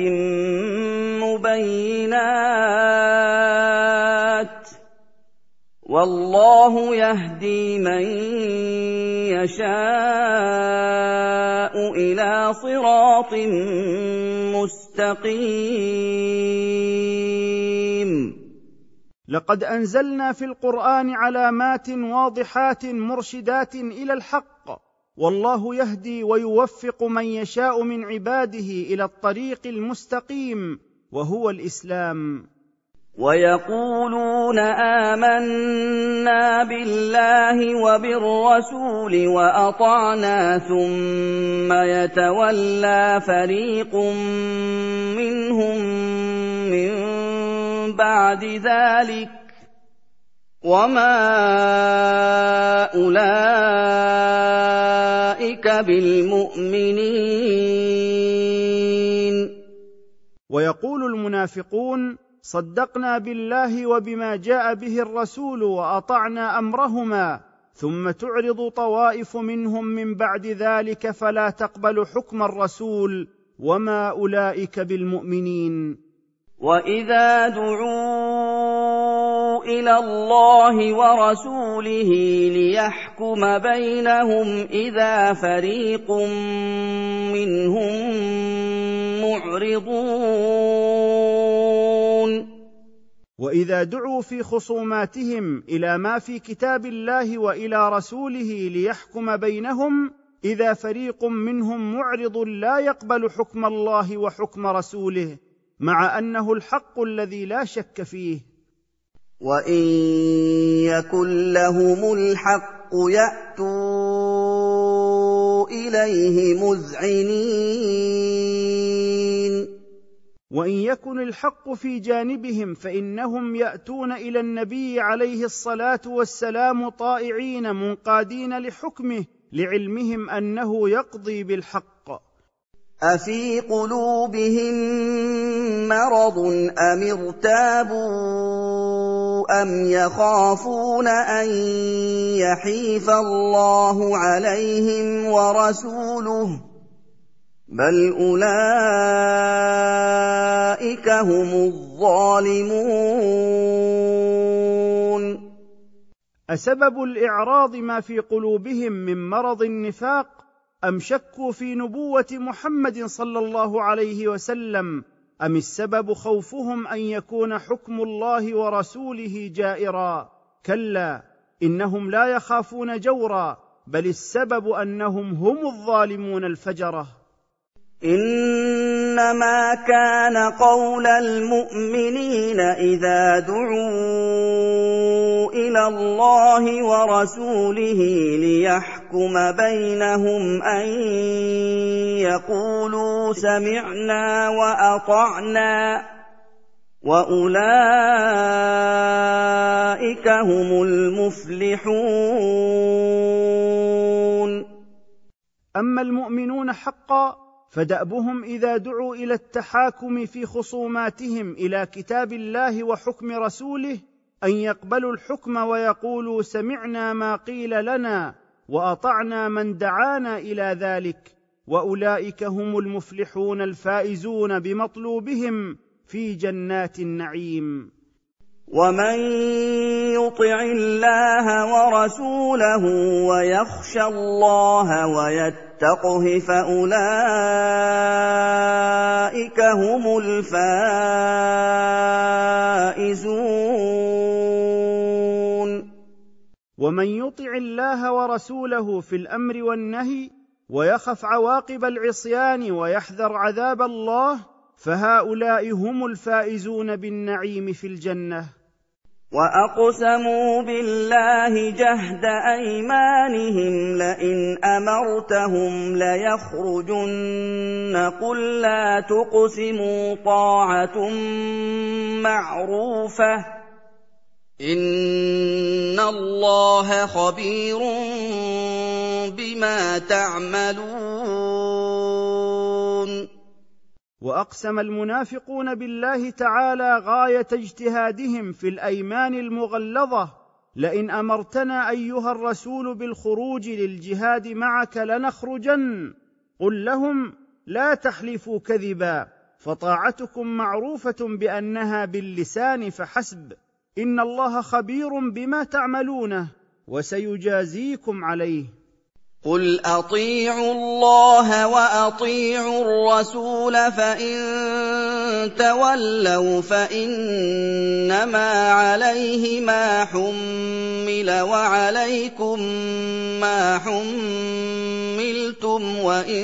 مبينات، والله يهدي من يشاء إلى صراط مستقيم.
لقد أنزلنا في القرآن علامات واضحات مرشدات إلى الحق، والله يهدي ويوفق من يشاء من عباده إلى الطريق المستقيم، وهو الإسلام.
ويقولون آمنا بالله وبالرسول وأطعنا، ثم يتولى فريق منهم من بعد ذلك، وما أولئك بالمؤمنين.
ويقول المنافقون صدقنا بالله وبما جاء به الرسول وأطعنا أمرهما، ثم تعرض طوائف منهم من بعد ذلك فلا تقبل حكم الرسول، وما أولئك بالمؤمنين.
وإذا دعوا إلى الله ورسوله ليحكم بينهم إذا فريق منهم معرضون.
وإذا دعوا في خصوماتهم إلى ما في كتاب الله وإلى رسوله ليحكم بينهم إذا فريق منهم معرض لا يقبل حكم الله وحكم رسوله، مع أنه الحق الذي لا شك فيه.
وإن يكن لهم الحق يأتوا إليه مذعنين.
وإن يكن الحق في جانبهم فإنهم يأتون إلى النبي عليه الصلاة والسلام طائعين منقادين لحكمه، لعلمهم أنه يقضي بالحق.
أفي قلوبهم مرض أم ارتابوا أم يخافون أن يحيف الله عليهم ورسوله، بل أولئك هم الظالمون.
أسبب الإعراض ما في قلوبهم من مرض النفاق، أم شكوا في نبوة محمد صلى الله عليه وسلم، أم السبب خوفهم أن يكون حكم الله ورسوله جائرا؟ كلا، إنهم لا يخافون جورا، بل السبب أنهم هم الظالمون الفجرة.
إنما كان قول المؤمنين إذا دعوا إلى الله ورسوله ليحكم بينهم أن يقولوا سمعنا وأطعنا، وأولئك هم المفلحون.
أما المؤمنون حقا فدأبهم إذا دعوا إلى التحاكم في خصوماتهم إلى كتاب الله وحكم رسوله أن يقبلوا الحكم ويقولوا سمعنا ما قيل لنا وأطعنا من دعانا إلى ذلك، وأولئك هم المفلحون الفائزون بمطلوبهم في جنات النعيم.
ومن يطع الله ورسوله ويخشى الله ويتقه فأولئك هم الفائزون.
ومن يطع الله ورسوله في الامر والنهي ويخف عواقب العصيان ويحذر عذاب الله فهؤلاء هم الفائزون بالنعيم في الجنه.
وأقسموا بالله جهد أيمانهم لئن أمرتهم ليخرجن قل لا تقسموا طاعة معروفة إن الله خبير بما تعملون.
وأقسم المنافقون بالله تعالى غاية اجتهادهم في الأيمان المغلظة: لئن أمرتنا أيها الرسول بالخروج للجهاد معك لنخرجن. قل لهم: لا تحلفوا كذبا، فطاعتكم معروفة بأنها باللسان فحسب، إن الله خبير بما تعملونه وسيجازيكم عليه.
قل أطيعوا الله وأطيعوا الرسول فإن تولوا فإنما عليه ما حمل وعليكم ما حملتم وإن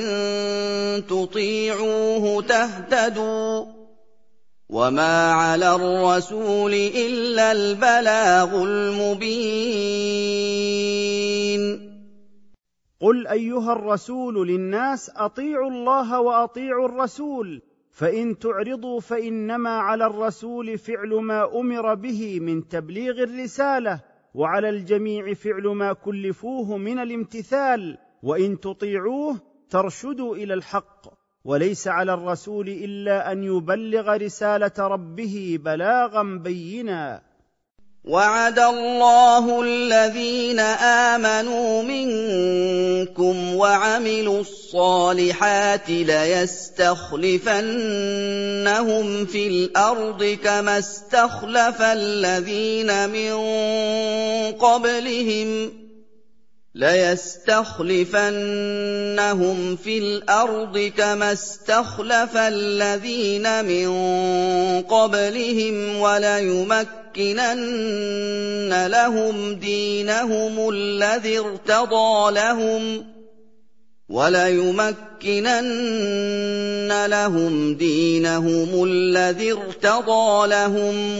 تطيعوه تهتدوا وما على الرسول إلا البلاغ المبين.
قل أيها الرسول للناس: أطيعوا الله وأطيعوا الرسول، فإن تعرضوا فإنما على الرسول فعل ما أمر به من تبليغ الرسالة، وعلى الجميع فعل ما كلفوه من الامتثال، وإن تطيعوه ترشدوا إلى الحق، وليس على الرسول إلا أن يبلغ رسالة ربه بلاغا بينا.
وعد الله الذين آمنوا منكم وعملوا الصالحات ليستخلفنهم في الأرض كما استخلف الذين من قبلهم ليستخلفنهم في الأرض كما استخلف الذين من قبلهم وليمكنن لهم دينهم الذي ارتضى لهم وليمكنن لهم دينهم الذي ارتضى لهم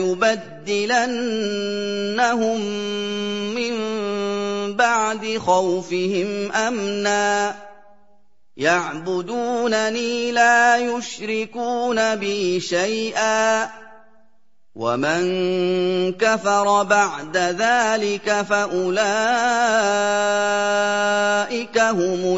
وليبدلنهم من بعد خوفهم أمنا يعبدونني لا يشركون بي شيئا ومن كفر بعد ذلك فأولئك هم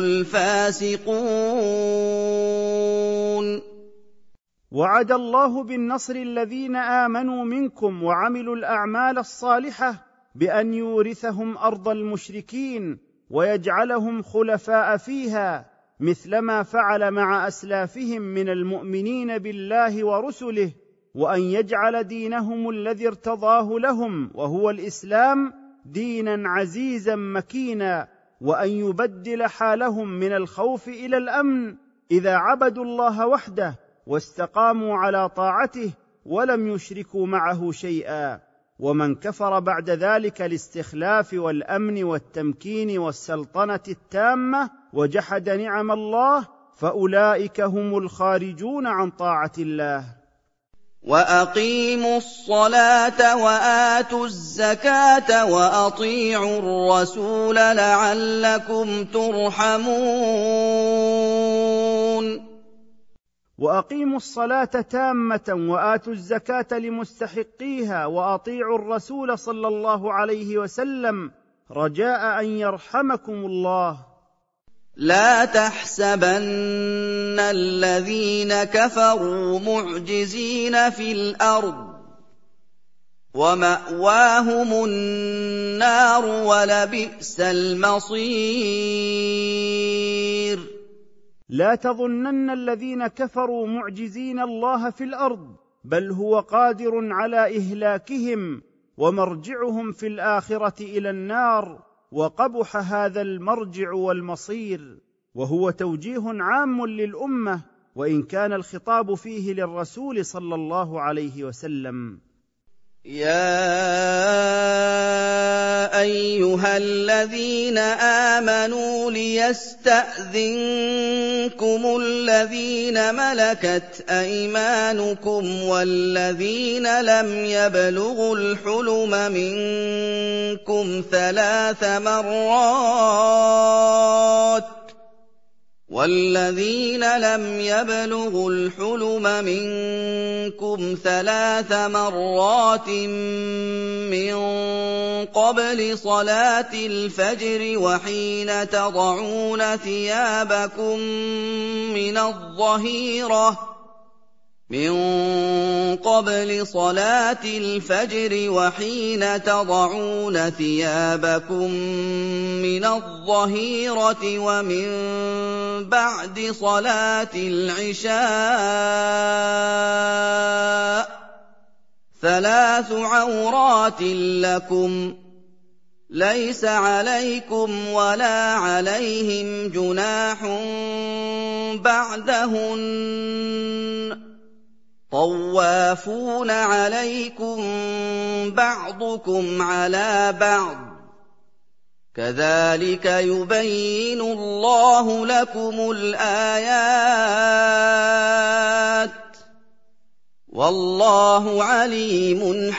الفاسقون.
وعد الله بالنصر الذين آمنوا منكم وعملوا الأعمال الصالحة بأن يورثهم أرض المشركين ويجعلهم خلفاء فيها، مثلما فعل مع أسلافهم من المؤمنين بالله ورسله، وأن يجعل دينهم الذي ارتضاه لهم وهو الإسلام دينا عزيزا مكينا، وأن يبدل حالهم من الخوف إلى الأمن إذا عبدوا الله وحده واستقاموا على طاعته ولم يشركوا معه شيئا. ومن كفر بعد ذلك الاستخلاف والأمن والتمكين والسلطنة التامة وجحد نعم الله فأولئك هم الخارجون عن طاعة الله.
وأقيموا الصلاة وآتوا الزكاة وأطيعوا الرسول لعلكم ترحمون.
وأقيموا الصلاة تامة وآتوا الزكاة لمستحقيها وأطيعوا الرسول صلى الله عليه وسلم رجاء أن يرحمكم الله.
لا تحسبن الذين كفروا معجزين في الأرض ومأواهم النار ولبئس المصير.
لا تظنن الذين كفروا معجزين الله في الأرض، بل هو قادر على إهلاكهم، ومرجعهم في الآخرة إلى النار، وقبح هذا المرجع والمصير. وهو توجيه عام للأمة، وإن كان الخطاب فيه للرسول صلى الله عليه وسلم.
يَا أَيُّهَا الَّذِينَ آمَنُوا لِيَسْتَأْذِنكُمُ الَّذِينَ مَلَكَتْ أَيْمَانُكُمْ وَالَّذِينَ لَمْ يَبْلُغُوا الْحُلُمَ مِنكُمْ ثَلَاثَ مرات وَالَّذِينَ لَمْ يَبْلُغُوا الْحُلُمَ مِنكُمْ ثَلَاثَ مَرَّاتٍ مِّن قَبْلِ صَلَاةِ الْفَجْرِ وَحِينَ تَضَعُونَ ثِيَابَكُم مِّنَ الظَّهِيرَةِ من قبل صلاة الفجر وحين تضعون ثيابكم من الظهيرة ومن بعد صلاة العشاء ثلاث عورات لكم ليس عليكم ولا عليهم جناح بعدهن طوافون عليكم بعضكم على بعض كذلك يبين الله لكم الآيات والله عليم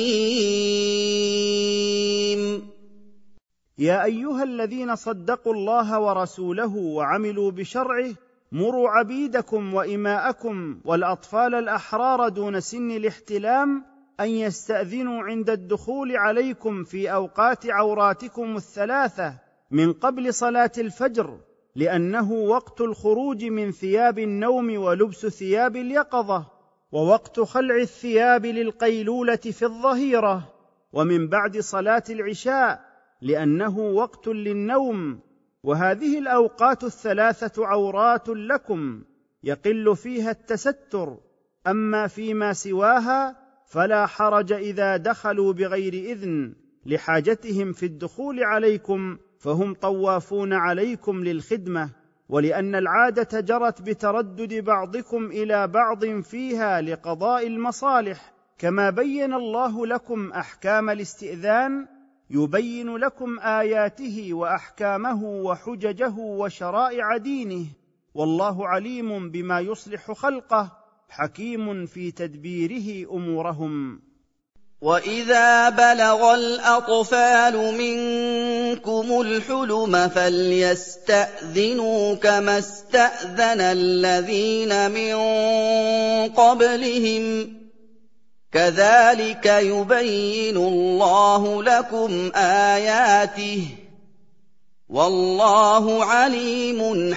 حكيم.
يا أيها الذين صدقوا الله ورسوله وعملوا بشرعه مروا عبيدكم وإماءكم والأطفال الأحرار دون سن الاحتلام أن يستأذنوا عند الدخول عليكم في أوقات عوراتكم الثلاثة من قبل صلاة الفجر، لأنه وقت الخروج من ثياب النوم ولبس ثياب اليقظة، ووقت خلع الثياب للقيلولة في الظهيرة، ومن بعد صلاة العشاء لأنه وقت للنوم. وهذه الأوقات الثلاثة عورات لكم يقل فيها التستر، أما فيما سواها فلا حرج إذا دخلوا بغير إذن لحاجتهم في الدخول عليكم فهم طوافون عليكم للخدمة، ولأن العادة جرت بتردد بعضكم إلى بعض فيها لقضاء المصالح، كما بين الله لكم أحكام الاستئذان يبين لكم آياته وأحكامه وحججه وشرائع دينه، والله عليم بما يصلح خلقه حكيم في تدبيره أمورهم.
وَإِذَا بَلَغَ الْأَطْفَالُ مِنكُمُ الْحُلُمَ فَلْيَسْتَأْذِنُوا كَمَا اسْتَأْذَنَ الَّذِينَ مِن قَبْلِهِمْ ۚ كَذَٰلِكَ يُبَيِّنُ اللَّهُ لَكُمْ آيَاتِهِ وَاللَّهُ عَلِيمٌ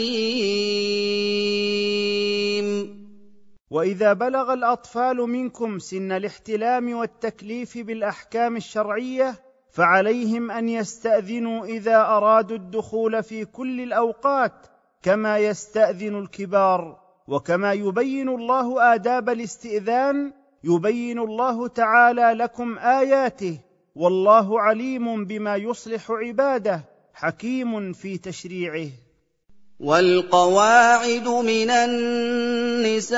حَكِيمٌ.
وإذا بلغ الأطفال منكم سن الاحتلام والتكليف بالأحكام الشرعية فعليهم أن يستأذنوا إذا أرادوا الدخول في كل الأوقات كما يستأذن الكبار. وكما يبين الله آداب الاستئذان يبين الله تعالى لكم آياته، والله عليم بما يصلح عباده حكيم في تشريعه.
وَالْقَوَاعِدُ مِنَ النِّسَاءِ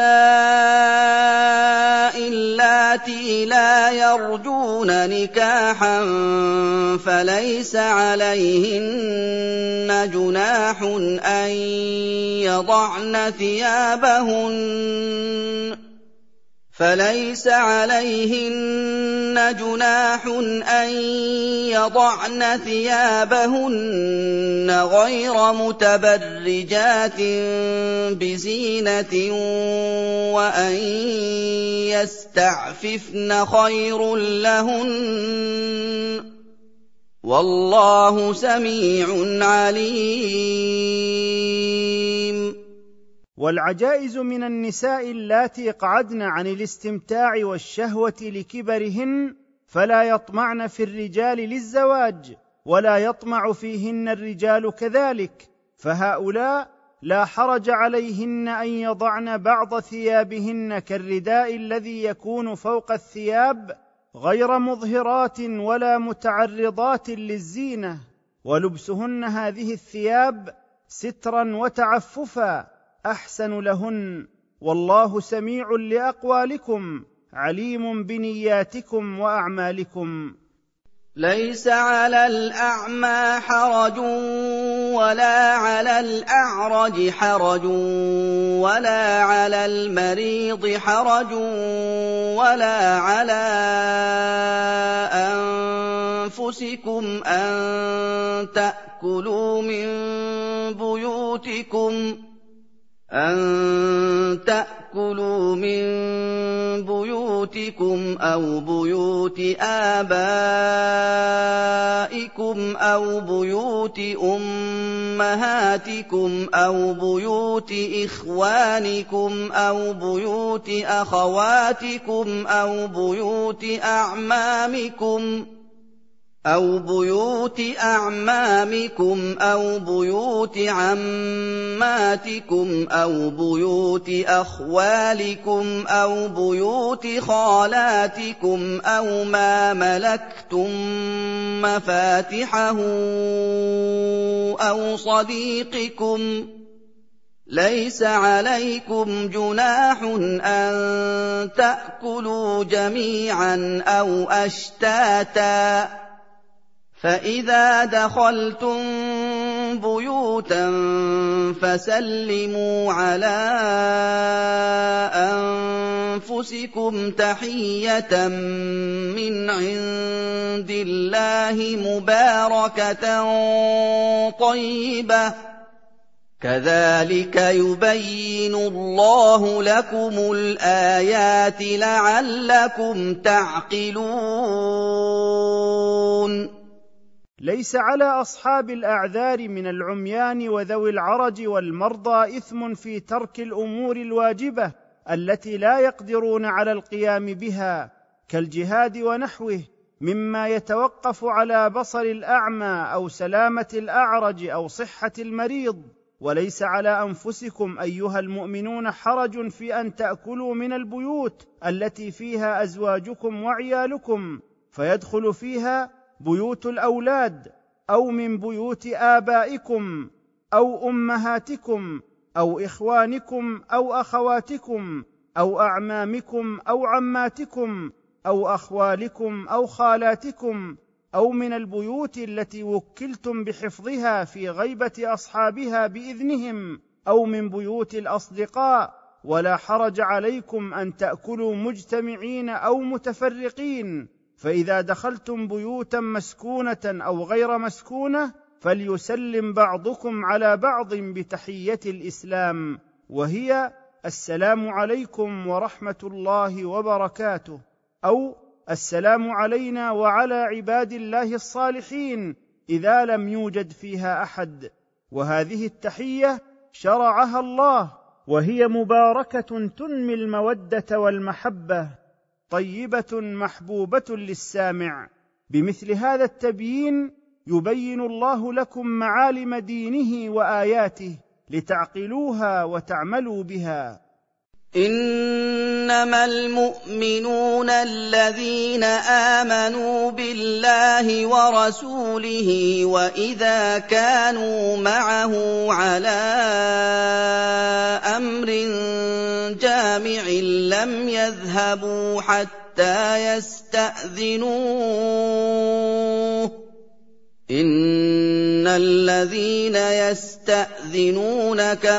اللَّاتِي لَا يَرْجُونَ نِكَاحًا فَلَيْسَ عَلَيْهِنَّ جُنَاحٌ أَن يَضَعْنَ ثِيَابَهُنَّ فَلَيْسَ عَلَيْهِنَّ جُنَاحٌ أَن يَضَعْنَ ثِيَابَهُنَّ غَيْرَ مُتَبَرِّجَاتٍ بِزِينَةٍ وَأَن يَسْتَعْفِفْنَ خَيْرٌ لَّهُنَّ وَاللَّهُ سَمِيعٌ عَلِيمٌ.
والعجائز من النساء اللاتي قعدن عن الاستمتاع والشهوة لكبرهن فلا يطمعن في الرجال للزواج ولا يطمع فيهن الرجال كذلك، فهؤلاء لا حرج عليهن أن يضعن بعض ثيابهن كالرداء الذي يكون فوق الثياب غير مظهرات ولا متعرضات للزينة، ولبسهن هذه الثياب سترا وتعففا أحسن لهن، والله سميع لأقوالكم عليم بنياتكم وأعمالكم.
ليس على الأعمى حرج ولا على الأعرج حرج ولا على المريض حرج ولا على أنفسكم أن تأكلوا من بيوتكم أن تأكلوا من بيوتكم أو بيوت آبائكم أو بيوت أمهاتكم أو بيوت إخوانكم أو بيوت أخواتكم أو بيوت أعمامكم أو بيوت أعمامكم أو بيوت عماتكم أو بيوت أخوالكم أو بيوت خالاتكم أو ما ملكتم مفاتحه أو صديقكم. ليس عليكم جناح أن تأكلوا جميعا أو أشتاتا، فإذا دخلتم بيوتا فسلموا على أنفسكم تحية من عند الله مباركة طيبة، كذلك يبين الله لكم الآيات لعلكم تعقلون.
ليس على أصحاب الأعذار من العميان وذوي العرج والمرضى إثم في ترك الأمور الواجبة التي لا يقدرون على القيام بها كالجهاد ونحوه مما يتوقف على بصر الأعمى أو سلامة الأعرج أو صحة المريض. وليس على أنفسكم أيها المؤمنون حرج في أن تأكلوا من البيوت التي فيها أزواجكم وعيالكم، فيدخل فيها بيوت الأولاد أو من بيوت آبائكم أو أمهاتكم أو إخوانكم أو أخواتكم أو أعمامكم أو عماتكم أو أخوالكم أو خالاتكم، أو من البيوت التي وكلتم بحفظها في غيبة أصحابها بإذنهم، أو من بيوت الأصدقاء. ولا حرج عليكم أن تأكلوا مجتمعين أو متفرقين، فإذا دخلتم بيوتا مسكونة أو غير مسكونة فليسلم بعضكم على بعض بتحية الإسلام، وهي السلام عليكم ورحمة الله وبركاته، أو السلام علينا وعلى عباد الله الصالحين إذا لم يوجد فيها أحد. وهذه التحية شرعها الله، وهي مباركة تنمي المودة والمحبة، طيبة محبوبة للسامع. بمثل هذا التبيين يبين الله لكم معالم دينه وآياته لتعقلوها وتعملوا بها.
إنما المؤمنون الذين آمنوا بالله ورسوله وإذا كانوا معه على أمر جامع لم يذهبوا حتى يستأذنوه. إن الذين يستأذنونك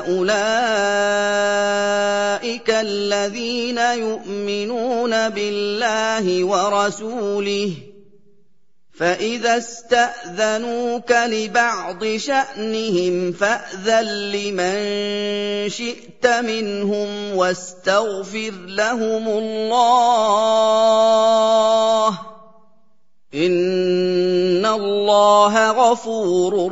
أولئك الذين يؤمنون بالله ورسوله، فإذا استأذنوك لبعض شأنهم فأذن لمن شئت منهم واستغفر لهم الله، إن الله غفور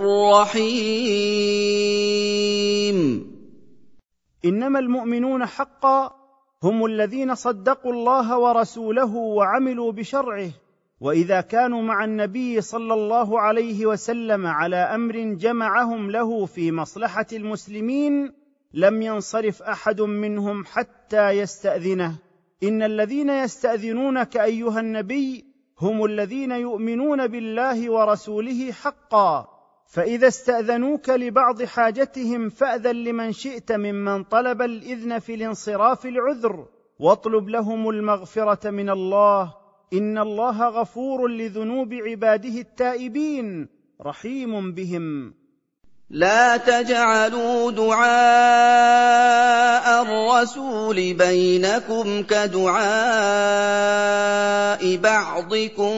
رحيم.
إنما المؤمنون حقا هم الذين صدقوا الله ورسوله وعملوا بشرعه، وإذا كانوا مع النبي صلى الله عليه وسلم على أمر جمعهم له في مصلحة المسلمين لم ينصرف أحد منهم حتى يستأذنه. إن الذين يستأذنونك أيها النبي هم الذين يؤمنون بالله ورسوله حقا، فإذا استأذنوك لبعض حاجتهم فأذن لمن شئت ممن طلب الإذن في الانصراف العذر، واطلب لهم المغفره من الله، ان الله غفور لذنوب عباده التائبين رحيم بهم.
لا تجعلوا دعاء الرسول بينكم كدعاء بعضكم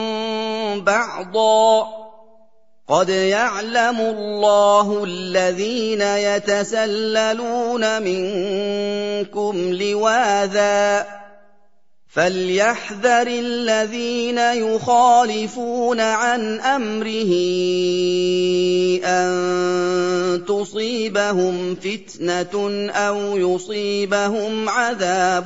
بعضا، قد يعلم الله الذين يتسللون منكم لواذا، فليحذر الذين يخالفون عن أمره أن تصيبهم فتنة أو يصيبهم عذاب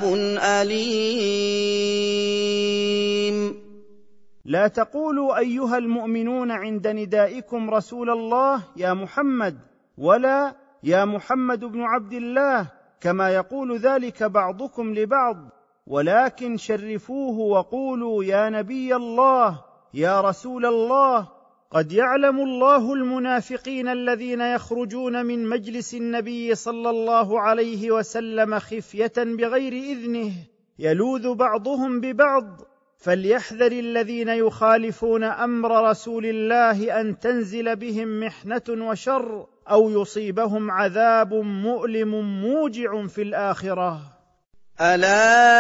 أليم.
لا تقولوا أيها المؤمنون عند ندائكم رسول الله يا محمد، ولا يا محمد بن عبد الله، كما يقول ذلك بعضكم لبعض، ولكن شرفوه وقولوا يا نبي الله، يا رسول الله. قد يعلم الله المنافقين الذين يخرجون من مجلس النبي صلى الله عليه وسلم خفية بغير إذنه، يلوذ بعضهم ببعض، فليحذر الذين يخالفون أمر رسول الله أن تنزل بهم محنة وشر أو يصيبهم عذاب مؤلم موجع في الآخرة.
ألا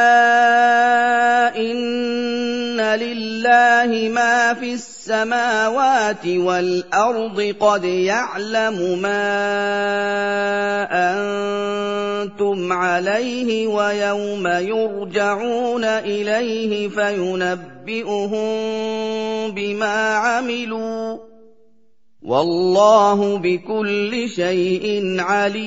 إن لله ما في السماوات والأرض، قد يعلم ما أنتم عليه ويوم يرجعون إليه فينبئهم بما عملوا، والله بكل شيء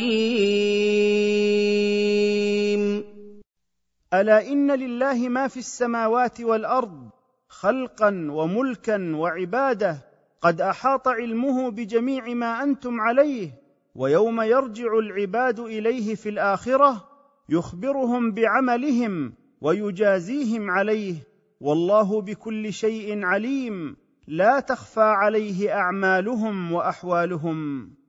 عليم.
ألا إن لله ما في السماوات والأرض خلقا وملكا وعباده، قد أحاط علمه بجميع ما أنتم عليه، ويوم يرجع العباد إليه في الآخرة يخبرهم بعملهم ويجازيهم عليه، والله بكل شيء عليم، لا تخفى عليه أعمالهم وأحوالهم.